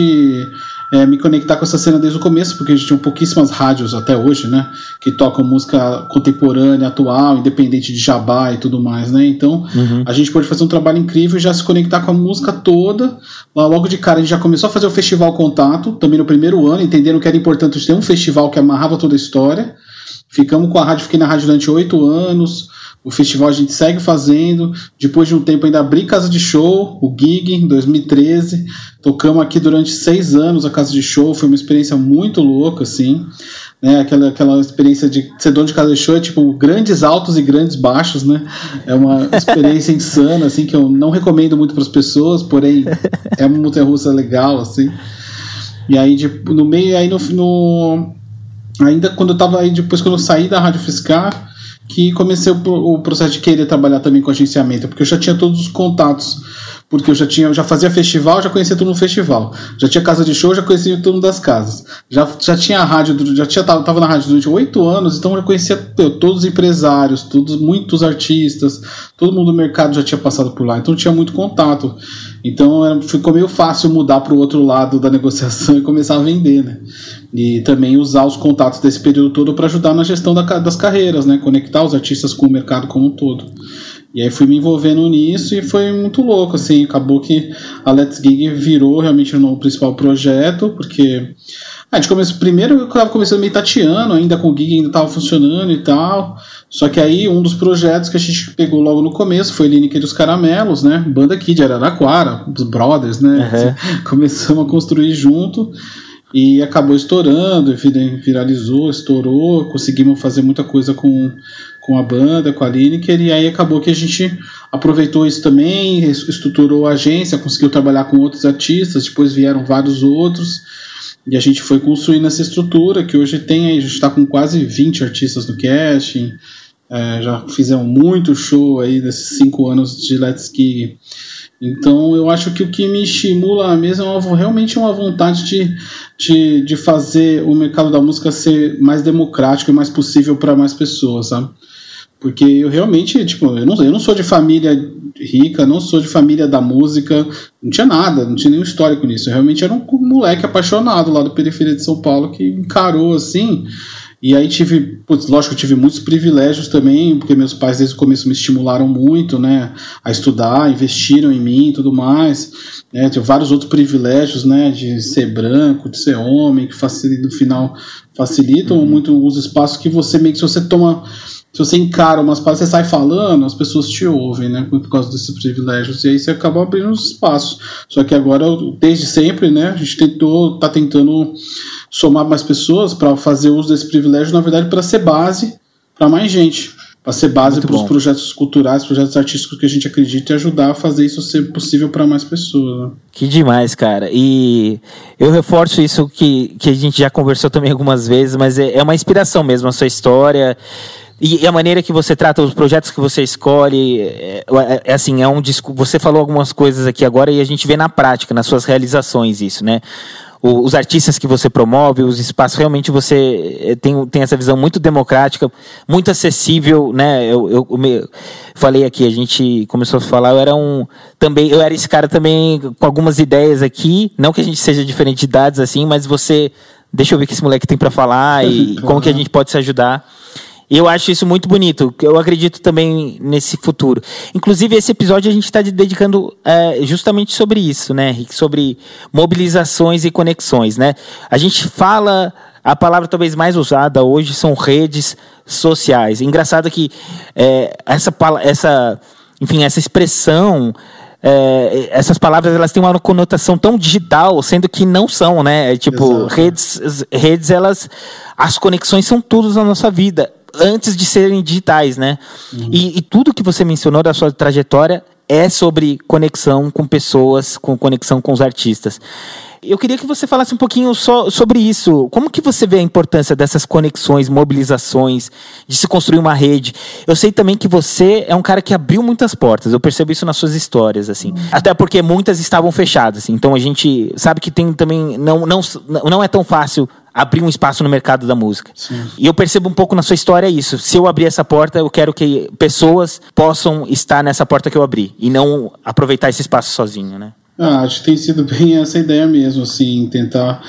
é, me conectar com essa cena desde o começo, porque a gente tinha pouquíssimas rádios até hoje, né, que tocam música contemporânea, atual, independente de jabá e tudo mais, né? Então uhum. a gente pôde fazer um trabalho incrível e já se conectar com a música toda. Lá, logo de cara a gente já começou a fazer o Festival Contato, também no primeiro ano, entendendo que era importante ter um festival que amarrava toda a história. Ficamos com a rádio, fiquei na rádio durante oito anos. O festival a gente segue fazendo. Depois de um tempo ainda abri casa de show, o Gig, em dois mil e treze. Tocamos aqui durante seis anos a casa de show. Foi uma experiência muito louca, assim, né? Aquela, aquela experiência de ser dono de casa de show é tipo grandes altos e grandes baixos, né? É uma experiência insana, assim, que eu não recomendo muito para as pessoas, porém é uma montanha-russa legal, assim. E aí de, no meio, aí no, no ainda quando eu tava aí, depois quando eu saí da Rádio UFSCar, que comecei o, o processo de querer trabalhar também com agenciamento, porque eu já tinha todos os contatos, porque eu já tinha, eu já fazia festival, já conhecia todo mundo no festival, já tinha casa de show, já conhecia todo mundo das casas, já, já tinha a rádio, já tinha, tava, tava na rádio durante oito anos, então eu já conhecia eu, todos os empresários, todos, muitos artistas, todo mundo do mercado já tinha passado por lá, então tinha muito contato, então era, ficou meio fácil mudar para o outro lado da negociação e começar a vender, né? E também usar os contatos desse período todo para ajudar na gestão da, das carreiras, né? Conectar os artistas com o mercado como um todo. E aí fui me envolvendo nisso e foi muito louco, assim, acabou que a Let's Gig virou realmente o nosso principal projeto, porque a gente começou, primeiro eu estava começando meio tateando, ainda com o Gig ainda estava funcionando e tal, só que aí um dos projetos que a gente pegou logo no começo foi Lineker e os Caramelos, né, banda aqui de Araraquara, os brothers, né, uhum. Começamos a construir junto. E acabou estourando, viralizou, estourou, conseguimos fazer muita coisa com, com a banda, com a Lineker, e aí acabou que a gente aproveitou isso também, estruturou a agência, conseguiu trabalhar com outros artistas, depois vieram vários outros, e a gente foi construindo essa estrutura, que hoje tem aí, a gente está com quase vinte artistas no casting, é, já fizemos muito show aí nesses cinco anos de Let's Gig. Então eu acho que o que me estimula mesmo é uma, realmente uma vontade de, de, de fazer o mercado da música ser mais democrático e mais possível para mais pessoas, sabe? Porque eu realmente, tipo, eu não, eu não sou de família rica, não sou de família da música, não tinha nada, não tinha nenhum histórico nisso. Eu realmente era um moleque apaixonado lá da periferia de São Paulo que encarou assim. E aí tive, putz, lógico, eu tive muitos privilégios também, porque meus pais desde o começo me estimularam muito, né, a estudar, investiram em mim e tudo mais, né, tive vários outros privilégios, né, de ser branco, de ser homem, que facilita, no final facilitam uhum. muito os espaços que você meio que, se você toma, se você encara umas partes, você sai falando, as pessoas te ouvem, né, por causa desses privilégios, e aí você acaba abrindo os espaços. Só que agora, desde sempre, né, a gente tentou, tá tentando somar mais pessoas para fazer uso desse privilégio, na verdade, para ser base para mais gente, para ser base para os projetos culturais, projetos artísticos que a gente acredita e ajudar a fazer isso ser possível para mais pessoas. Né? Que demais, cara. E eu reforço isso que, que a gente já conversou também algumas vezes, mas é, é uma inspiração mesmo a sua história. E, e a maneira que você trata os projetos que você escolhe, é, é, é assim, é um disco. Você falou algumas coisas aqui agora e a gente vê na prática, nas suas realizações isso, né? O, os artistas que você promove, os espaços, realmente você tem, tem essa visão muito democrática, muito acessível, né? Eu, eu, eu me, falei aqui, a gente começou a falar, eu era um também, eu era esse cara também com algumas ideias aqui, não que a gente seja diferente de idades assim, mas você, deixa eu ver o que esse moleque tem para falar e como que a gente pode se ajudar. Eu acho isso muito bonito. Eu acredito também nesse futuro. Inclusive, esse episódio a gente está dedicando é, justamente sobre isso, né, Rick? Sobre mobilizações e conexões, né? A gente fala... A palavra talvez mais usada hoje são redes sociais. Engraçado que é, essa, essa, enfim, essa expressão... É, essas palavras elas têm uma conotação tão digital, sendo que não são, né? É, tipo, redes, redes, elas... As conexões são tudo na nossa vida, antes de serem digitais, né? Uhum. E, e tudo que você mencionou da sua trajetória é sobre conexão com pessoas, com conexão com os artistas. Eu queria que você falasse um pouquinho só sobre isso. Como que você vê a importância dessas conexões, mobilizações, de se construir uma rede? Eu sei também que você é um cara que abriu muitas portas. Eu percebo isso nas suas histórias, assim. Uhum. Até porque muitas estavam fechadas, assim. Então a gente sabe que tem também... Não, não, não é tão fácil abrir um espaço no mercado da música. Sim. E eu percebo um pouco na sua história isso. Se eu abrir essa porta, eu quero que pessoas possam estar nessa porta que eu abri. E não aproveitar esse espaço sozinho, né? Ah, acho que tem sido bem essa ideia mesmo, assim, tentar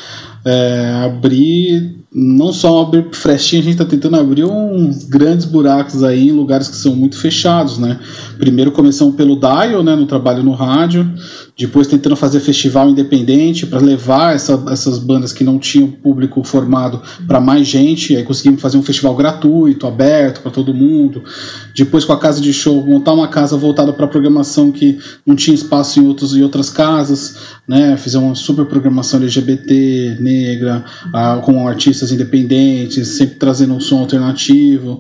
é, abrir, não só abrir frestinha, a gente está tentando abrir uns grandes buracos aí em lugares que são muito fechados, né? Primeiro começamos pelo Dial, né, no trabalho no rádio, depois tentando fazer festival independente para levar essa, essas bandas que não tinham público formado para mais gente, aí conseguimos fazer um festival gratuito, aberto para todo mundo. Depois com a casa de show, montar uma casa voltada para programação que não tinha espaço em, outros, em outras casas, né? Fizemos uma super programação L G B T, negra, ah, com artistas independentes, sempre trazendo um som alternativo.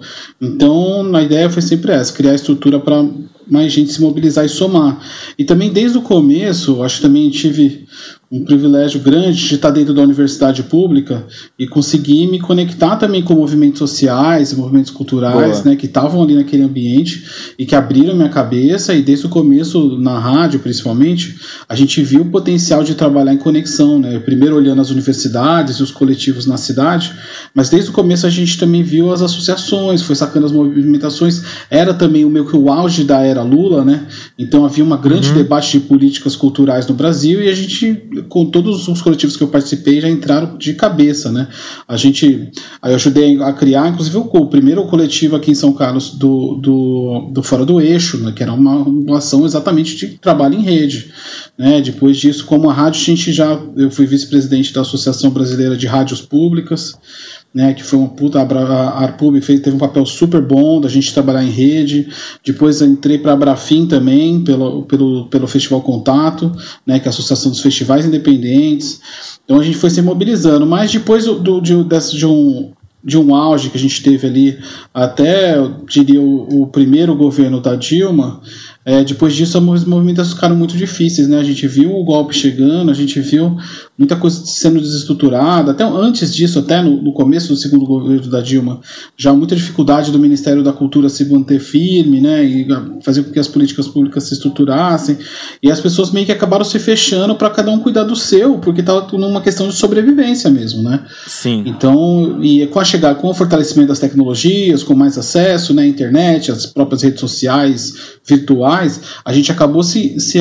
Então a ideia foi sempre essa, criar estrutura para mais gente se mobilizar e somar. E também desde o começo, acho que também tive um privilégio grande de estar dentro da universidade pública e conseguir me conectar também com movimentos sociais e movimentos culturais, né, que estavam ali naquele ambiente e que abriram minha cabeça. E desde o começo, na rádio principalmente, a gente viu o potencial de trabalhar em conexão, né? Primeiro olhando as universidades e os coletivos na cidade, mas desde o começo a gente também viu as associações, foi sacando as movimentações. Era também o meio que o auge da era Lula, né? Então havia uma grande uhum. debate de políticas culturais no Brasil e a gente, com todos os coletivos que eu participei, já entraram de cabeça, né? A gente, aí eu ajudei a criar, inclusive, o, o primeiro coletivo aqui em São Carlos do, do, do Fora do Eixo, né? Que era uma, uma ação exatamente de trabalho em rede, né? Depois disso, como a rádio, a gente já, eu fui vice-presidente da Associação Brasileira de Rádios Públicas, né, que foi uma puta, a Arpub fez, teve um papel super bom da gente trabalhar em rede. Depois eu entrei para a Abrafim também, pelo, pelo, pelo Festival Contato, né, que é a Associação dos Festivais Independentes. Então a gente foi se mobilizando, mas depois do, de, de, um, de um auge que a gente teve ali, até, eu diria, o, o primeiro governo da Dilma, é, depois disso as movimentos ficaram muito difíceis, né? A gente viu o golpe chegando, a gente viu muita coisa sendo desestruturada, até antes disso, até no, no começo do segundo governo da Dilma, já muita dificuldade do Ministério da Cultura se manter firme, né? E fazer com que as políticas públicas se estruturassem, e as pessoas meio que acabaram se fechando para cada um cuidar do seu, porque estava numa questão de sobrevivência mesmo, né? Sim. Então, e com a chegada, com o fortalecimento das tecnologias, com mais acesso, né? Internet, as próprias redes sociais virtuais, a gente acabou se, se,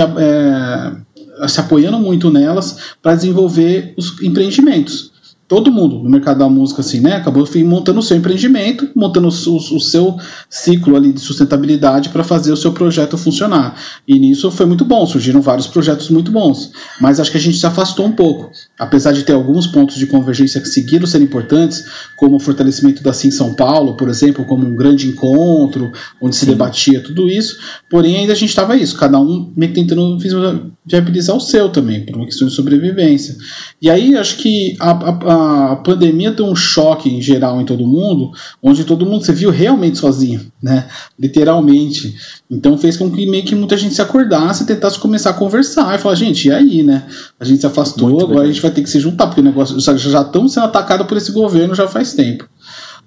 é, se apoiando muito nelas para desenvolver os empreendimentos. Todo mundo no mercado da música, assim, né, acabou montando o seu empreendimento, montando o, o, o seu ciclo ali de sustentabilidade para fazer o seu projeto funcionar. E nisso foi muito bom, surgiram vários projetos muito bons. Mas acho que a gente se afastou um pouco. Apesar de ter alguns pontos de convergência que seguiram ser importantes, como o fortalecimento da Sim São Paulo, por exemplo, como um grande encontro, onde Sim. se debatia tudo isso, porém ainda a gente estava isso, cada um meio que tentando viabilizar o seu também, por uma questão de sobrevivência. E aí acho que a, a a pandemia deu um choque em geral em todo mundo, onde todo mundo se viu realmente sozinho, né? Literalmente. Então fez com que meio que muita gente se acordasse e tentasse começar a conversar e falar, gente, e aí, né? A gente se afastou, muito agora bem. A gente vai ter que se juntar, porque o negócio já estamos sendo atacados por esse governo já faz tempo.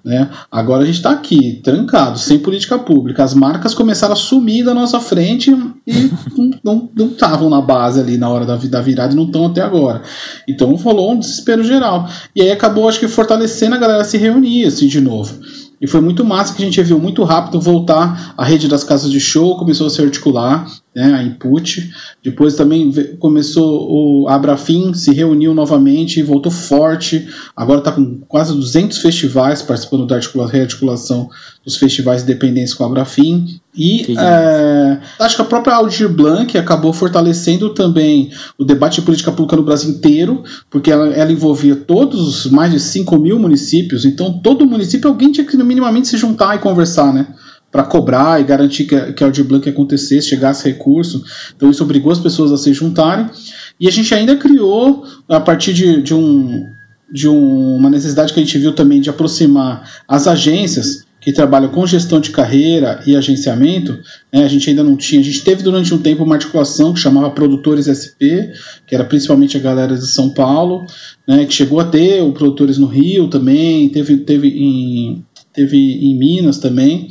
né? Agora a gente está aqui, trancado, sem política pública. As marcas começaram a sumir da nossa frente e não estavam na base ali na hora da, da virada e não estão até agora. Então rolou um desespero geral. E aí acabou, acho que, fortalecendo a galera a se reunir assim, de novo. E foi muito massa que a gente viu muito rápido voltar a rede das casas de show, começou a se articular, né, a Input. Depois também começou o Abrafim, se reuniu novamente e voltou forte. Agora está com quase duzentos festivais participando da articula- rearticulação dos festivais independentes com a Abrafim. E é, acho que a própria Aldir Blanc acabou fortalecendo também o debate de política pública no Brasil inteiro, porque ela, ela envolvia todos os mais de cinco mil municípios, então todo município alguém tinha que minimamente se juntar e conversar, né? Para cobrar e garantir que, que a Aldir Blanc acontecesse, chegasse recurso. Então isso obrigou as pessoas a se juntarem. E a gente ainda criou, a partir de, de, um, de um, uma necessidade que a gente viu também de aproximar as agências que trabalham com gestão de carreira e agenciamento, né, a gente ainda não tinha, a gente teve durante um tempo uma articulação que chamava Produtores S P, que era principalmente a galera de São Paulo, né, que chegou a ter o Produtores no Rio também, teve, teve, em, teve em Minas também.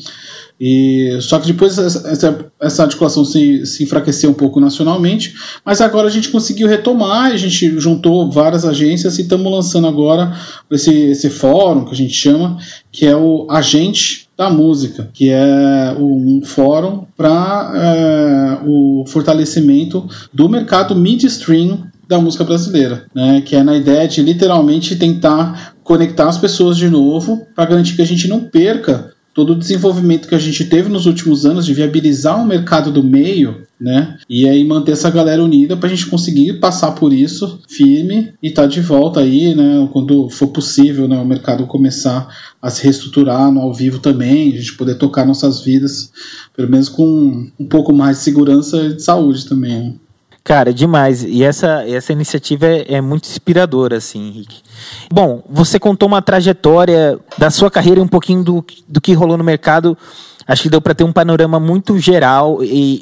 E, só que depois essa, essa articulação se, se enfraqueceu um pouco nacionalmente, mas agora a gente conseguiu retomar, a gente juntou várias agências e estamos lançando agora esse, esse fórum que a gente chama, que é o Agente da Música, que é um fórum para é, o fortalecimento do mercado midstream da música brasileira, né, que é na ideia de literalmente tentar conectar as pessoas de novo para garantir que a gente não perca todo o desenvolvimento que a gente teve nos últimos anos de viabilizar o mercado do meio, né? E aí manter essa galera unida para a gente conseguir passar por isso firme e estar tá de volta aí, né? Quando for possível, né? O mercado começar a se reestruturar no ao vivo também, a gente poder tocar nossas vidas, pelo menos com um pouco mais de segurança e de saúde também, né? Cara, demais. E essa, essa iniciativa é, é muito inspiradora, assim, Henrique. Bom, você contou uma trajetória da sua carreira e um pouquinho do, do que rolou no mercado. Acho que deu para ter um panorama muito geral e,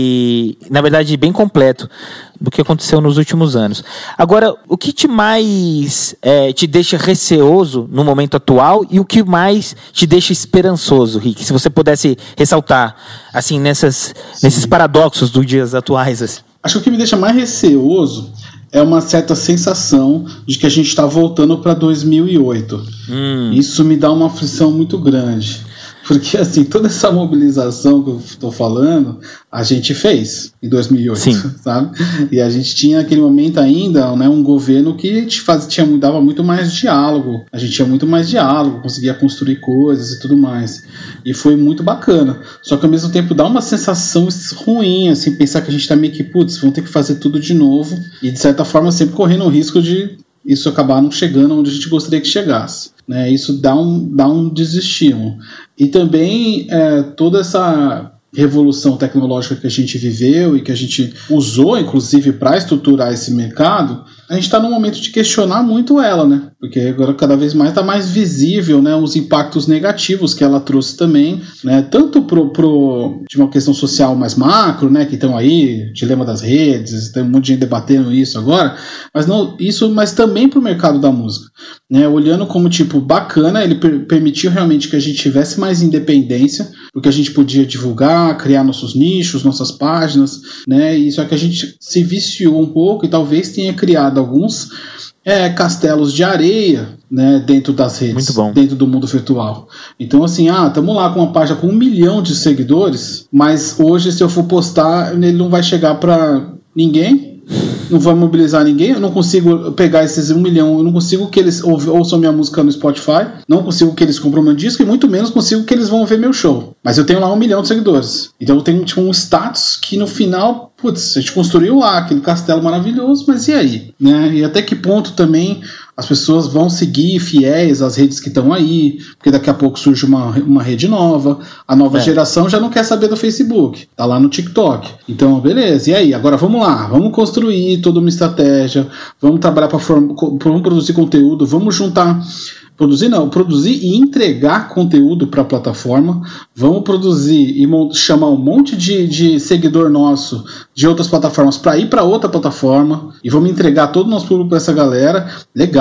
e, na verdade, bem completo do que aconteceu nos últimos anos. Agora, o que te mais é, te deixa receoso no momento atual e o que mais te deixa esperançoso, Rick? Se você pudesse ressaltar, assim, nessas, nesses paradoxos dos dias atuais, assim. Acho que o que me deixa mais receoso é uma certa sensação de que a gente está voltando para dois mil e oito. Hum. Isso me dá uma aflição muito grande. Porque, assim, toda essa mobilização que eu estou falando, a gente fez em dois mil e oito, Sim. sabe? E a gente tinha, naquele momento ainda, né, um governo que te faz, tinha, dava muito mais diálogo. A gente tinha muito mais diálogo, conseguia construir coisas e tudo mais. E foi muito bacana. Só que, ao mesmo tempo, dá uma sensação ruim, assim, pensar que a gente está meio que, putz, vamos ter que fazer tudo de novo. E, de certa forma, sempre correndo o risco de isso acabar não chegando onde a gente gostaria que chegasse. Né? Isso dá um, dá um desestímulo. E também é, toda essa revolução tecnológica que a gente viveu e que a gente usou, inclusive, para estruturar esse mercado, a gente está num momento de questionar muito ela, né? Porque agora cada vez mais está mais visível, né, os impactos negativos que ela trouxe também, né? Tanto pro, pro, de uma questão social mais macro, né, que estão aí, dilema das redes, tem um monte de gente debatendo isso agora, mas não isso, mas também para o mercado da música, né? Olhando como tipo bacana, ele per- permitiu realmente que a gente tivesse mais independência, porque a gente podia divulgar, criar nossos nichos, nossas páginas, né? E só que a gente se viciou um pouco e talvez tenha criado alguns é, castelos de areia, né, dentro das redes, dentro do mundo virtual. Então, assim, ah, estamos lá com uma página com um milhão de seguidores, mas hoje, se eu for postar, ele não vai chegar para ninguém, não vai mobilizar ninguém, eu não consigo pegar esses um milhão, eu não consigo que eles ouçam minha música no Spotify, não consigo que eles comprem meu disco e muito menos consigo que eles vão ver meu show. Mas eu tenho lá um milhão de seguidores. Então eu tenho tipo, um status que no final, putz, a gente construiu lá aquele castelo maravilhoso, mas e aí? Né? E até que ponto também as pessoas vão seguir fiéis às redes que estão aí, porque daqui a pouco surge uma, uma rede nova, a nova é. geração já não quer saber do Facebook, tá lá no TikTok. Então, beleza, e aí? Agora vamos lá, vamos construir toda uma estratégia, vamos trabalhar para vamos produzir conteúdo, vamos juntar... Produzir não, produzir e entregar conteúdo para a plataforma. Vamos produzir e chamar um monte de, de seguidor nosso de outras plataformas para ir para outra plataforma e vamos entregar todo o nosso público para essa galera. Legal.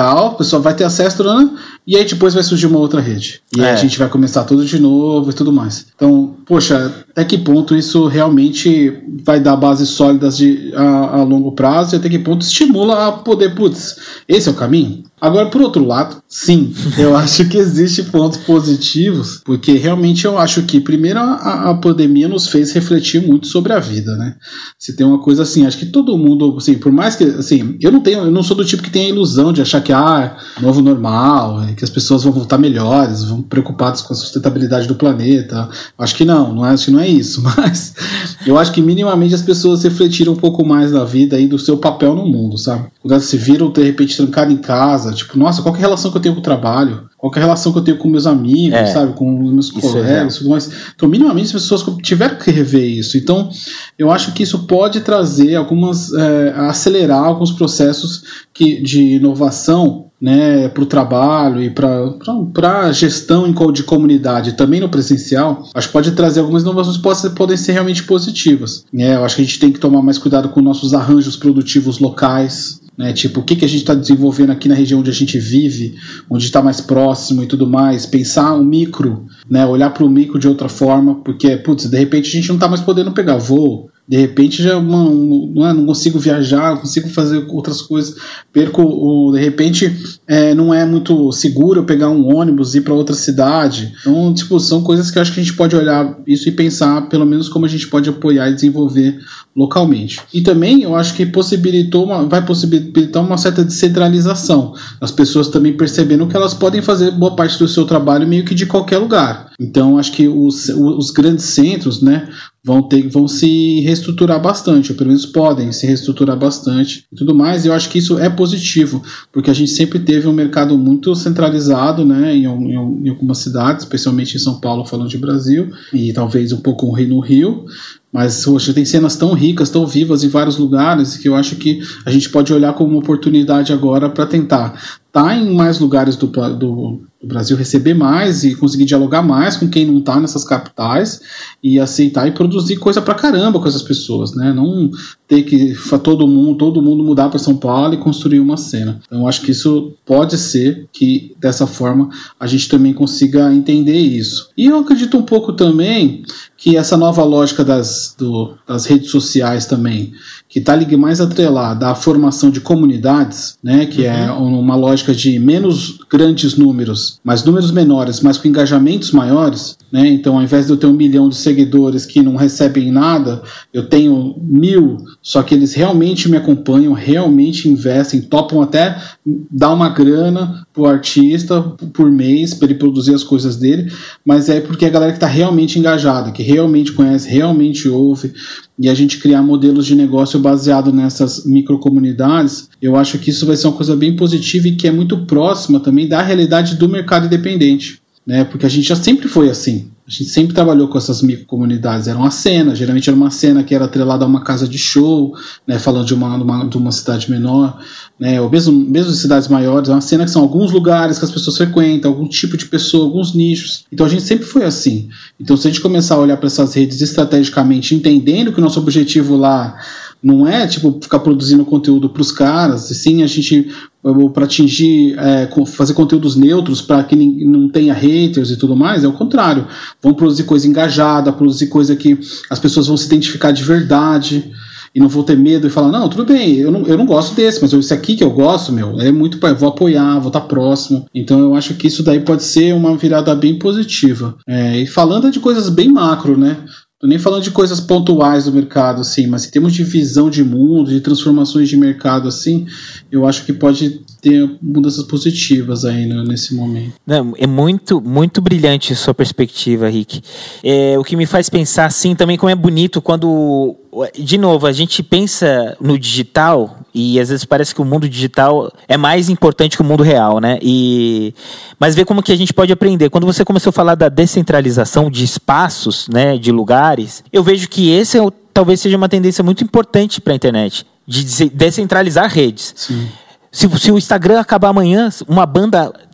legal, o pessoal vai ter acesso, né? E aí depois vai surgir uma outra rede. E é. aí a gente vai começar tudo de novo e tudo mais. Então, poxa, até que ponto isso realmente vai dar bases sólidas de, a, a longo prazo e até que ponto estimula a poder, putz, esse é o caminho? Agora, por outro lado, sim, eu acho que existem pontos positivos, porque realmente eu acho que, primeiro, a, a pandemia nos fez refletir muito sobre a vida, né? Se tem uma coisa assim, acho que todo mundo, assim, por mais que, assim, eu não tenho, eu não sou do tipo que tem a ilusão de achar que, ah, novo normal, que as pessoas vão voltar melhores, vão preocupadas com a sustentabilidade do planeta. Acho que não, não é, acho que não é isso, mas eu acho que minimamente as pessoas refletiram um pouco mais da vida e do seu papel no mundo, sabe? Quando elas se viram, de repente, trancadas em casa, tipo, nossa, qual que é a relação que eu tenho com o trabalho? Qual que é a relação que eu tenho com meus amigos, é, sabe? Com os meus colegas e tudo mais. Então, minimamente, as pessoas tiveram que rever isso. Então, eu acho que isso pode trazer algumas... É, acelerar alguns processos que, de inovação, né, para o trabalho e para a gestão de comunidade, também no presencial. Acho que pode trazer algumas inovações que podem, podem ser realmente positivas. Né? Eu acho que a gente tem que tomar mais cuidado com nossos arranjos produtivos locais. Né, tipo, o que, que a gente está desenvolvendo aqui na região onde a gente vive, onde está mais próximo e tudo mais, pensar o micro, né, olhar para o micro de outra forma, porque, putz, de repente a gente não está mais podendo pegar voo, de repente já não, não, é, não consigo viajar, não consigo fazer outras coisas, perco, o, de repente é, não é muito seguro eu pegar um ônibus e ir para outra cidade. Então, tipo, são coisas que eu acho que a gente pode olhar isso e pensar, pelo menos, como a gente pode apoiar e desenvolver localmente. E também eu acho que possibilitou uma, vai possibilitar uma certa descentralização, as pessoas também percebendo que elas podem fazer boa parte do seu trabalho meio que de qualquer lugar. Então, acho que os, os grandes centros, né, vão ter, vão se reestruturar bastante, ou pelo menos podem se reestruturar bastante e tudo mais, e eu acho que isso é positivo, porque a gente sempre teve um mercado muito centralizado, né, em, em, em algumas cidades, especialmente em São Paulo, falando de Brasil, e talvez um pouco no Rio, mas hoje tem cenas tão ricas, tão vivas em vários lugares, que eu acho que a gente pode olhar como uma oportunidade agora para tentar estar em mais lugares do, do, do Brasil, receber mais e conseguir dialogar mais com quem não está nessas capitais e aceitar e produzir coisa pra caramba com essas pessoas, né? Não ter que todo mundo, todo mundo mudar para São Paulo e construir uma cena. Então eu acho que isso pode ser que dessa forma a gente também consiga entender isso. E eu acredito um pouco também que essa nova lógica das, do, das redes sociais também, que está mais atrelada à formação de comunidades, né, que uhum. é uma lógica de menos grandes números, mas números menores, mas com engajamentos maiores, né, então ao invés de eu ter um milhão de seguidores que não recebem nada, eu tenho mil, só que eles realmente me acompanham, realmente investem, topam até dar uma grana pro artista por mês, para ele produzir as coisas dele, mas é porque a galera que está realmente engajada, que realmente conhece, realmente ouve, e a gente criar modelos de negócio baseado nessas microcomunidades, eu acho que isso vai ser uma coisa bem positiva e que é muito próxima também da realidade do mercado independente, né? Porque a gente já sempre foi assim. A gente sempre trabalhou com essas microcomunidades. Era uma cena, geralmente era uma cena que era atrelada a uma casa de show, né, falando de uma, uma, de uma cidade menor, né, ou mesmo, mesmo em cidades maiores, é uma cena que são alguns lugares que as pessoas frequentam, algum tipo de pessoa, alguns nichos. Então a gente sempre foi assim. Então se a gente começar a olhar para essas redes estrategicamente, entendendo que o nosso objetivo lá não é tipo ficar produzindo conteúdo para os caras, e sim a gente para atingir, é, fazer conteúdos neutros para que não tenha haters e tudo mais, é o contrário. Vamos produzir coisa engajada, produzir coisa que as pessoas vão se identificar de verdade e não vão ter medo e falar, não, tudo bem, eu não, eu não gosto desse, mas esse aqui que eu gosto, meu, é muito, eu vou apoiar, vou estar próximo. Então eu acho que isso daí pode ser uma virada bem positiva. É, e falando de coisas bem macro, né? Tô nem falando de coisas pontuais do mercado, assim, mas em termos de visão de mundo, de transformações de mercado, assim, eu acho que pode ter mudanças positivas aí no, nesse momento. Não, é muito, muito brilhante a sua perspectiva, Rick. É, o que me faz pensar, assim, também como é bonito quando, de novo, a gente pensa no digital e às vezes parece que o mundo digital é mais importante que o mundo real, né? E, mas ver como que a gente pode aprender. Quando você começou a falar da descentralização de espaços, né, de lugares, eu vejo que esse é, talvez seja uma tendência muito importante para a internet, de descentralizar redes. Sim. Se, se o Instagram acabar amanhã, uma banda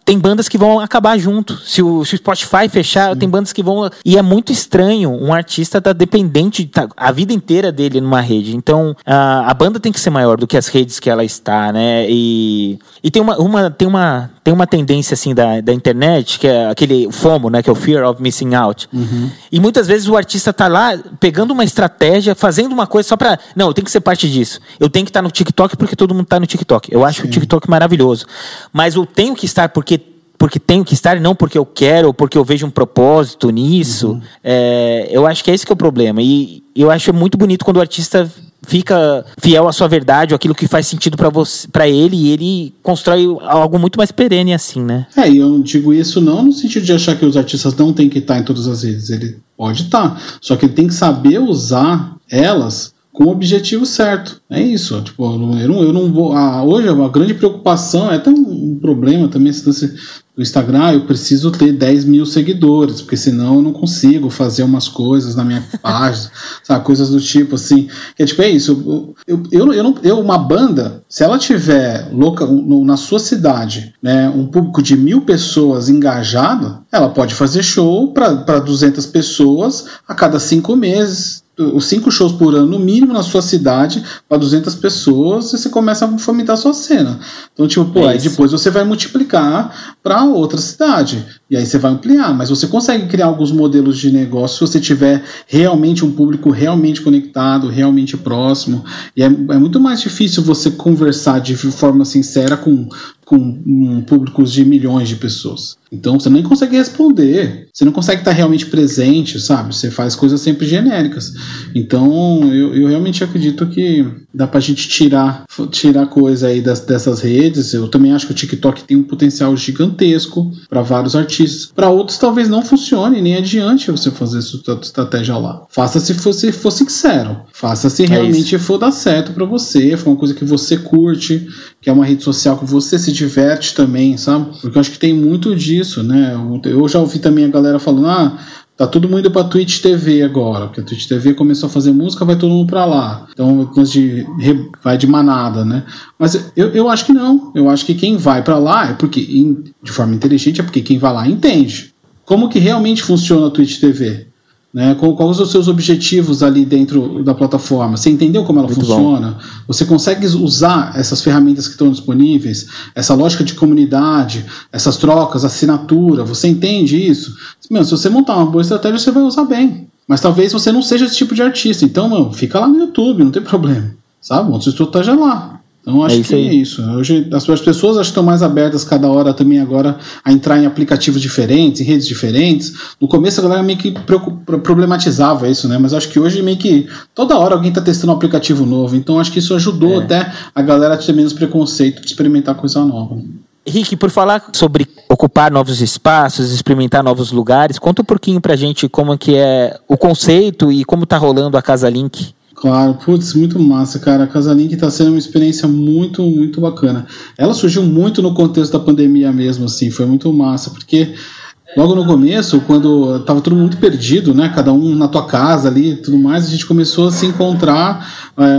tem bandas que vão acabar junto. Se o, se o Spotify fechar, tem bandas que vão... E é muito estranho um artista estar tá dependente tá, a vida inteira dele numa rede. Então, a, a banda tem que ser maior do que as redes que ela está, né? E, e tem, uma, uma, tem, uma, tem uma tendência, assim, da, da internet, que é aquele FOMO, né? Que é o Fear of Missing Out. Uhum. E muitas vezes o artista tá lá pegando uma estratégia, fazendo uma coisa só pra... Não, eu tenho que ser parte disso. Eu tenho que estar no TikTok porque todo mundo tá no TikTok. Eu acho Sim. o TikTok maravilhoso. Mas eu tenho que estar porque... porque tenho que estar, não porque eu quero, ou porque eu vejo um propósito nisso. Uhum. É, eu acho que é esse que é o problema. E eu acho muito bonito quando o artista fica fiel à sua verdade, ou aquilo que faz sentido pra você, para ele, e ele constrói algo muito mais perene assim, né? É, e eu digo isso não no sentido de achar que os artistas não têm que estar em todas as redes. Ele pode estar, só que ele tem que saber usar elas com o objetivo certo. É isso. Tipo, eu não, eu não vou. Ah, hoje a grande preocupação é até um, um problema também se você, no Instagram. Eu preciso ter dez mil seguidores, porque senão eu não consigo fazer umas coisas na minha página, sabe? Coisas do tipo assim. Que é tipo, é isso. Eu, eu, eu, não, eu, uma banda, se ela tiver louca, no, na sua cidade, né, um público de mil pessoas engajado, ela pode fazer show para duzentas pessoas a cada cinco meses. Os cinco shows por ano, no mínimo, na sua cidade, para duzentas pessoas, e você começa a fomentar a sua cena. Então, tipo, pô, é aí depois você vai multiplicar para outra cidade. E aí você vai ampliar. Mas você consegue criar alguns modelos de negócio se você tiver realmente um público realmente conectado, realmente próximo. E é, é muito mais difícil você conversar de forma sincera com, com um, públicos de milhões de pessoas. Então você nem consegue responder, você não consegue estar realmente presente, sabe? Você faz coisas sempre genéricas. Então eu, eu realmente acredito que dá pra gente tirar, tirar coisa aí das, dessas redes. Eu também acho que o TikTok tem um potencial gigantesco para vários artistas. Para outros talvez não funcione, nem adiante você fazer essa estratégia lá. Faça se for, se for sincero. Faça se realmente é for dar certo para você, for uma coisa que você curte, que é uma rede social que você se diverte também, sabe? Porque eu acho que tem muito disso, né? Eu já ouvi também a galera falando, ah, tá todo mundo indo pra Twitch T V agora, porque a Twitch T V começou a fazer música, vai todo mundo pra lá. Então, de, vai de manada, né? Mas eu, eu acho que não. Eu acho que quem vai pra lá é porque, de forma inteligente, é porque quem vai lá entende. Como que realmente funciona a Twitch T V? Né? Quais são os seus objetivos ali dentro da plataforma? Você entendeu como ela Muito funciona? Bom. Você consegue usar essas ferramentas que estão disponíveis? Essa lógica de comunidade, essas trocas, assinatura, você entende isso? Meu, se você montar uma boa estratégia, você vai usar bem. Mas talvez você não seja esse tipo de artista. Então, meu, fica lá no YouTube, não tem problema. Sabe? Onde você esteja lá. Então acho é que é isso. Hoje as pessoas acho que estão mais abertas cada hora também agora a entrar em aplicativos diferentes, em redes diferentes. No começo a galera meio que problematizava isso, né? Mas acho que hoje meio que toda hora alguém está testando um aplicativo novo. Então acho que isso ajudou é. até a galera a ter menos preconceito de experimentar coisa nova. Rick, por falar sobre ocupar novos espaços, experimentar novos lugares, conta um pouquinho pra gente como que é o conceito e como tá rolando a Casa Link. Claro, putz, muito massa, cara. A Casa Link tá sendo uma experiência muito, muito bacana. Ela surgiu muito no contexto da pandemia mesmo, assim, foi muito massa, porque logo no começo, quando tava todo mundo muito perdido, né, cada um na tua casa ali e tudo mais, a gente começou a se encontrar, é,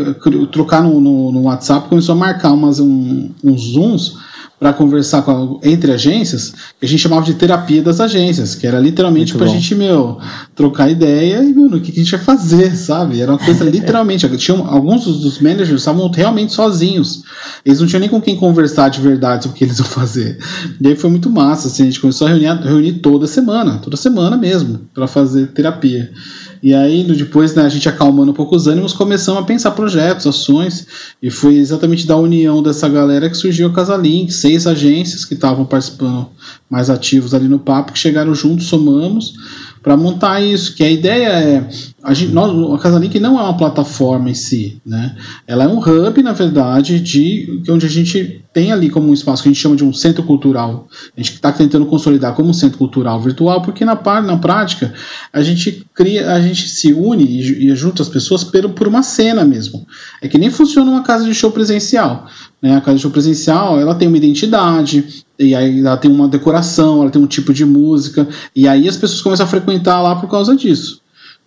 a trocar no, no, no WhatsApp, começou a marcar umas, um, uns Zooms para conversar com a, entre agências, que a gente chamava de terapia das agências, que era literalmente para a gente, meu, trocar ideia e, meu, no que, que a gente ia fazer, sabe? Era uma coisa literalmente. Tinham, alguns dos, dos managers estavam realmente sozinhos. Eles não tinham nem com quem conversar de verdade sobre o que eles iam fazer. E aí foi muito massa, assim, a gente começou a reunir, reunir toda semana, toda semana mesmo, para fazer terapia. E aí, depois, né, a gente acalmando um pouco os ânimos, começamos a pensar projetos, ações, e foi exatamente da união dessa galera que surgiu a Casa Link, seis agências que estavam participando mais ativos ali no papo, que chegaram juntos, somamos, para montar isso, que a ideia é, a, gente, nós, a Casa Link não é uma plataforma em si, né? Ela é um hub, na verdade, de, onde a gente tem ali como um espaço que a gente chama de um centro cultural. A gente está tentando consolidar como um centro cultural virtual, porque na, na prática a gente cria, a gente se une e, e junta as pessoas por, por uma cena mesmo. É que nem funciona uma casa de show presencial, né? A casa de show presencial, ela tem uma identidade, e aí ela tem uma decoração, ela tem um tipo de música, e aí as pessoas começam a frequentar lá por causa disso.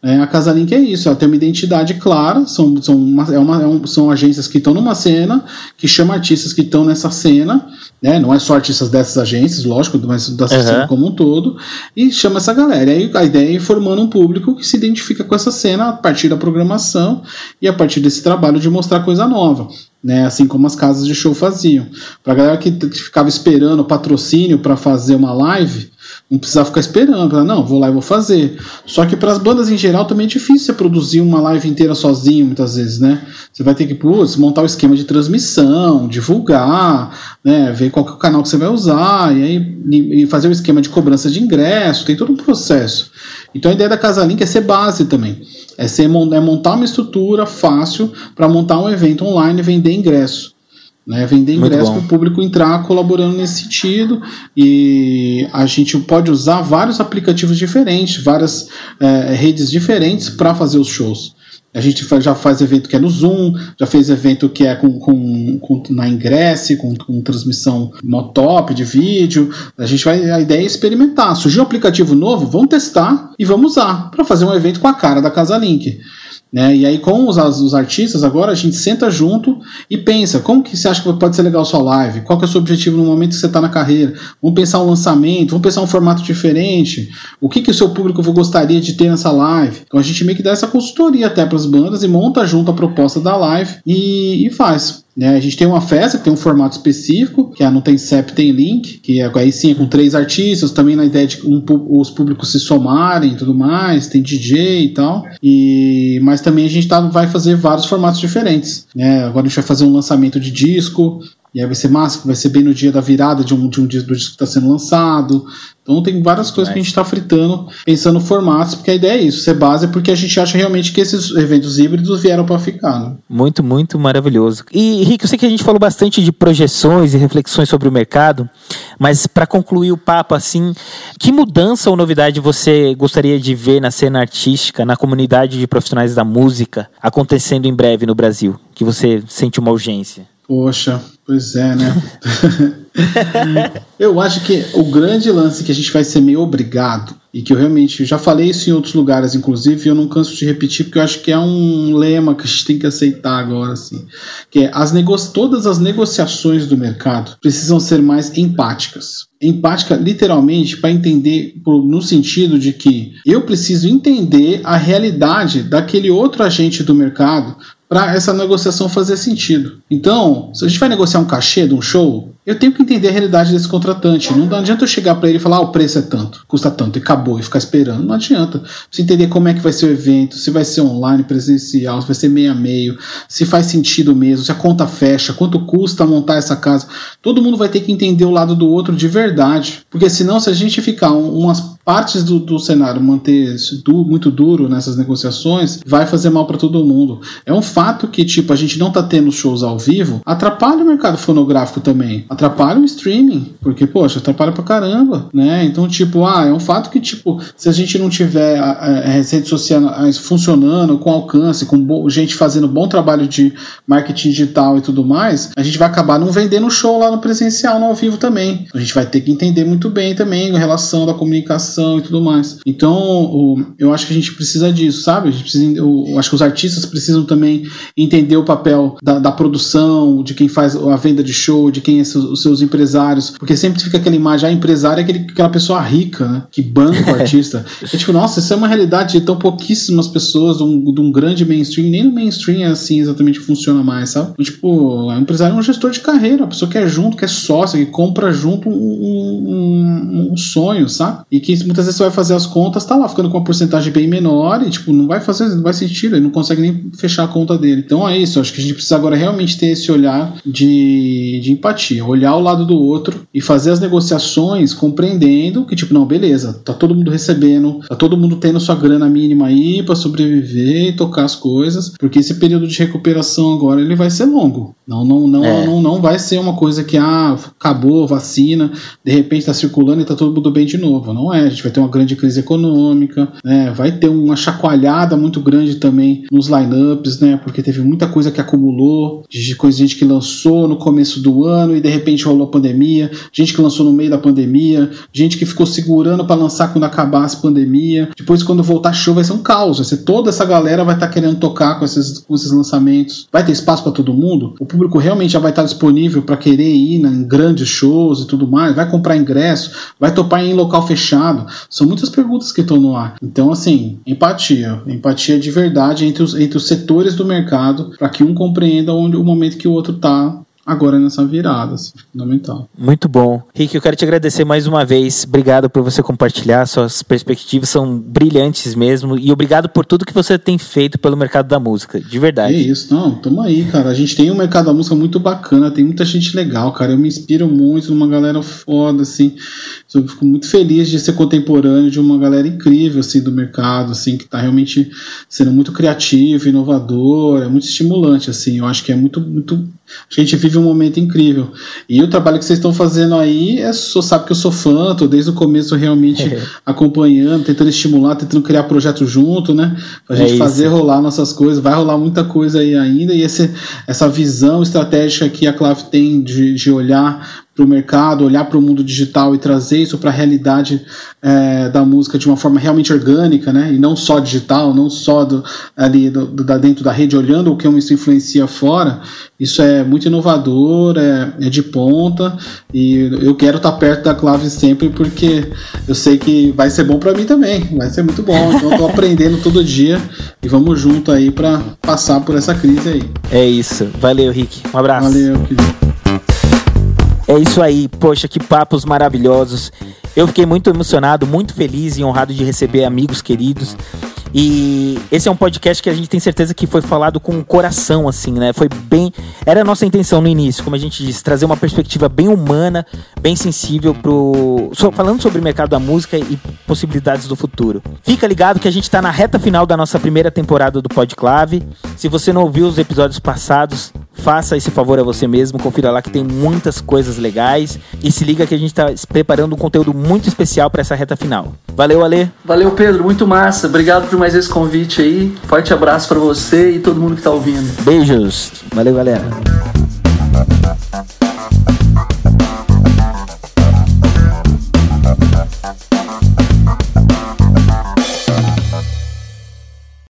É, a Casalink é isso, ela tem uma identidade clara, são, são, uma, é uma, é um, são agências que estão numa cena, que chamam artistas que estão nessa cena, né? Não é só artistas dessas agências, lógico, mas da uhum. cena como um todo, e chama essa galera. E aí a ideia é ir formando um público que se identifica com essa cena a partir da programação e a partir desse trabalho de mostrar coisa nova. Né, assim como as casas de show faziam. Pra galera que, que ficava esperando patrocínio para fazer uma live, não precisava ficar esperando, não, vou lá e vou fazer. Só que para as bandas em geral também é difícil você produzir uma live inteira sozinho, muitas vezes, né? Você vai ter que putz, montar o esquema de transmissão, divulgar, né, ver qual que é o canal que você vai usar, e aí e fazer o esquema de cobrança de ingresso, tem todo um processo. Então a ideia da Casalink é ser base também. É, ser, é montar uma estrutura fácil para montar um evento online e vender ingresso. Né? Vender ingresso para o público entrar colaborando nesse sentido. E a gente pode usar vários aplicativos diferentes, várias é, redes diferentes para fazer os shows. A gente já faz evento que é no Zoom, já fez evento que é com, com, com, na Ingress, com, com transmissão motop de vídeo. A gente vai, a ideia é experimentar. Surgiu um aplicativo novo, vamos testar e vamos usar para fazer um evento com a cara da Casalink. Né? E aí com os, os artistas agora a gente senta junto e pensa, como que você acha que pode ser legal a sua live? Qual que é o seu objetivo no momento que você está na carreira? Vamos pensar um lançamento, vamos pensar um formato diferente, o que, que o seu público gostaria de ter nessa live? Então a gente meio que dá essa consultoria até para as bandas e monta junto a proposta da live e, e faz. Né, a gente tem uma festa que tem um formato específico, que é não tem C E P, tem link, que é, aí sim é com três artistas, também na ideia de um, os públicos se somarem e tudo mais, tem D J e tal, e, mas também a gente tá, vai fazer vários formatos diferentes. Né, agora a gente vai fazer um lançamento de disco, e aí vai ser massa, vai ser bem no dia da virada de um, de um dia do disco que está sendo lançado. Então tem várias coisas que a gente está fritando, pensando formatos, porque a ideia é isso, ser base, porque a gente acha realmente que esses eventos híbridos vieram para ficar. Né? Muito, muito maravilhoso. E, Rick, eu sei que a gente falou bastante de projeções e reflexões sobre o mercado, mas para concluir o papo, assim, que mudança ou novidade você gostaria de ver na cena artística, na comunidade de profissionais da música, acontecendo em breve no Brasil, que você sente uma urgência? Poxa, pois é, né? Eu acho que o grande lance que a gente vai ser meio obrigado, e que eu realmente já falei isso em outros lugares, inclusive, e eu não canso de repetir, porque eu acho que é um lema que a gente tem que aceitar agora, assim, que é as nego- todas as negociações do mercado precisam ser mais empáticas. Empática, literalmente, para entender, no sentido de que eu preciso entender a realidade daquele outro agente do mercado para essa negociação fazer sentido. Então, se a gente vai negociar um cachê de um show, eu tenho que entender a realidade desse contratante. Não adianta eu chegar para ele e falar, ah, o preço é tanto, custa tanto, e acabou, e ficar esperando. Não adianta. Precisa entender como é que vai ser o evento, se vai ser online, presencial, se vai ser meio a meio, se faz sentido mesmo, se a conta fecha, quanto custa montar essa casa. Todo mundo vai ter que entender o lado do outro de verdade. Porque senão, se a gente ficar um, umas partes do, do cenário manter du, muito duro nessas negociações, vai fazer mal para todo mundo. É um fato que, tipo, a gente não tá tendo shows ao vivo, atrapalha o mercado fonográfico também. Atrapalha o streaming, porque, poxa, atrapalha pra caramba, né? Então, tipo, ah, é um fato que, tipo, se a gente não tiver as redes sociais funcionando, com alcance, com bo- gente fazendo bom trabalho de marketing digital e tudo mais, a gente vai acabar não vendendo show lá no presencial, no ao vivo também. A gente vai ter que entender muito bem também a relação da comunicação e tudo mais. Então, o, eu acho que a gente precisa disso, sabe? A gente precisa, eu, eu acho que os artistas precisam também entender o papel da, da produção, de quem faz a venda de show, de quem é os seus empresários, porque sempre fica aquela imagem, a empresária é aquele, aquela pessoa rica, né, que banca o artista. É tipo, nossa, isso é uma realidade de tão pouquíssimas pessoas, de um, de um grande mainstream, nem no mainstream é assim exatamente que funciona mais, sabe? Então, tipo, o empresário é um gestor de carreira, a pessoa que é junto, que é sócia, que compra junto um, um, um sonho, sabe? E que muitas vezes você vai fazer as contas, tá lá ficando com uma porcentagem bem menor e, tipo, não vai fazer, não vai sentir, ele não consegue nem fechar a conta dele. Então é isso, eu acho que a gente precisa agora realmente ter esse olhar de, de empatia, olhar o lado do outro e fazer as negociações compreendendo que, tipo, não, beleza, tá todo mundo recebendo, tá todo mundo tendo sua grana mínima aí pra sobreviver e tocar as coisas, porque esse período de recuperação agora, ele vai ser longo. Não, não, não, é. não, não vai ser uma coisa que, ah, acabou, vacina, de repente tá circulando e tá todo mundo bem de novo. Não é, gente vai ter uma grande crise econômica, né? Vai ter uma chacoalhada muito grande também nos lineups, né? Porque teve muita coisa que acumulou, de coisa, gente que lançou no começo do ano e de repente rolou a pandemia, gente que lançou no meio da pandemia, gente que ficou segurando para lançar quando acabasse a pandemia. Depois, quando voltar show, vai ser um caos. Vai ser toda essa galera vai estar tá querendo tocar com esses, com esses lançamentos. Vai ter espaço para todo mundo? O público realmente já vai estar tá disponível para querer ir né, em grandes shows e tudo mais? Vai comprar ingresso? Vai topar em local fechado? São muitas perguntas que estão no ar. Então, assim, empatia. Empatia de verdade entre os, entre os setores do mercado para que um compreenda onde, o momento que o outro está agora nessa virada, assim, fundamental. Muito bom. Rick, eu quero te agradecer mais uma vez. Obrigado por você compartilhar. Suas perspectivas são brilhantes mesmo. E obrigado por tudo que você tem feito pelo mercado da música. De verdade. É isso. Não, tamo aí, cara. A gente tem um mercado da música muito bacana. Tem muita gente legal, cara. Eu me inspiro muito numa galera foda, assim. Eu fico muito feliz de ser contemporâneo de uma galera incrível, assim, do mercado, assim, que tá realmente sendo muito criativo, inovador. É muito estimulante, assim. Eu acho que é muito, muito... A gente vive um momento incrível. E o trabalho que vocês estão fazendo aí, é, só sabe que eu sou fã, tô desde o começo realmente é. acompanhando, tentando estimular, tentando criar projetos junto, né? Pra gente é fazer rolar nossas coisas. Vai rolar muita coisa aí ainda. E esse, essa visão estratégica que a Clave tem de, de olhar para o mercado, olhar para o mundo digital e trazer isso para a realidade é, da música de uma forma realmente orgânica, né? E não só digital, não só do, ali do, do, da dentro da rede, olhando o que isso influencia fora. Isso é muito inovador, é, é de ponta, e eu quero estar perto da Clave sempre, porque eu sei que vai ser bom para mim também, vai ser muito bom. Então eu estou aprendendo todo dia e vamos junto aí para passar por essa crise aí. É isso. Valeu, Rick. Um abraço. Valeu, querido. É isso aí, poxa, que papos maravilhosos. Eu fiquei muito emocionado, muito feliz e honrado de receber amigos queridos. E esse é um podcast que a gente tem certeza que foi falado com o coração, assim, né? Foi bem... Era a nossa intenção no início, como a gente disse, trazer uma perspectiva bem humana, bem sensível pro... falando sobre o mercado da música e possibilidades do futuro. Fica ligado que a gente tá na reta final da nossa primeira temporada do Podclave. Se você não ouviu os episódios passados, faça esse favor a você mesmo, confira lá que tem muitas coisas legais. E se liga que a gente tá preparando um conteúdo muito especial para essa reta final. Valeu, Ale. Valeu, Pedro. Muito massa. Obrigado por mais esse convite aí. Forte abraço para você e todo mundo que tá ouvindo. Beijos. Valeu, galera.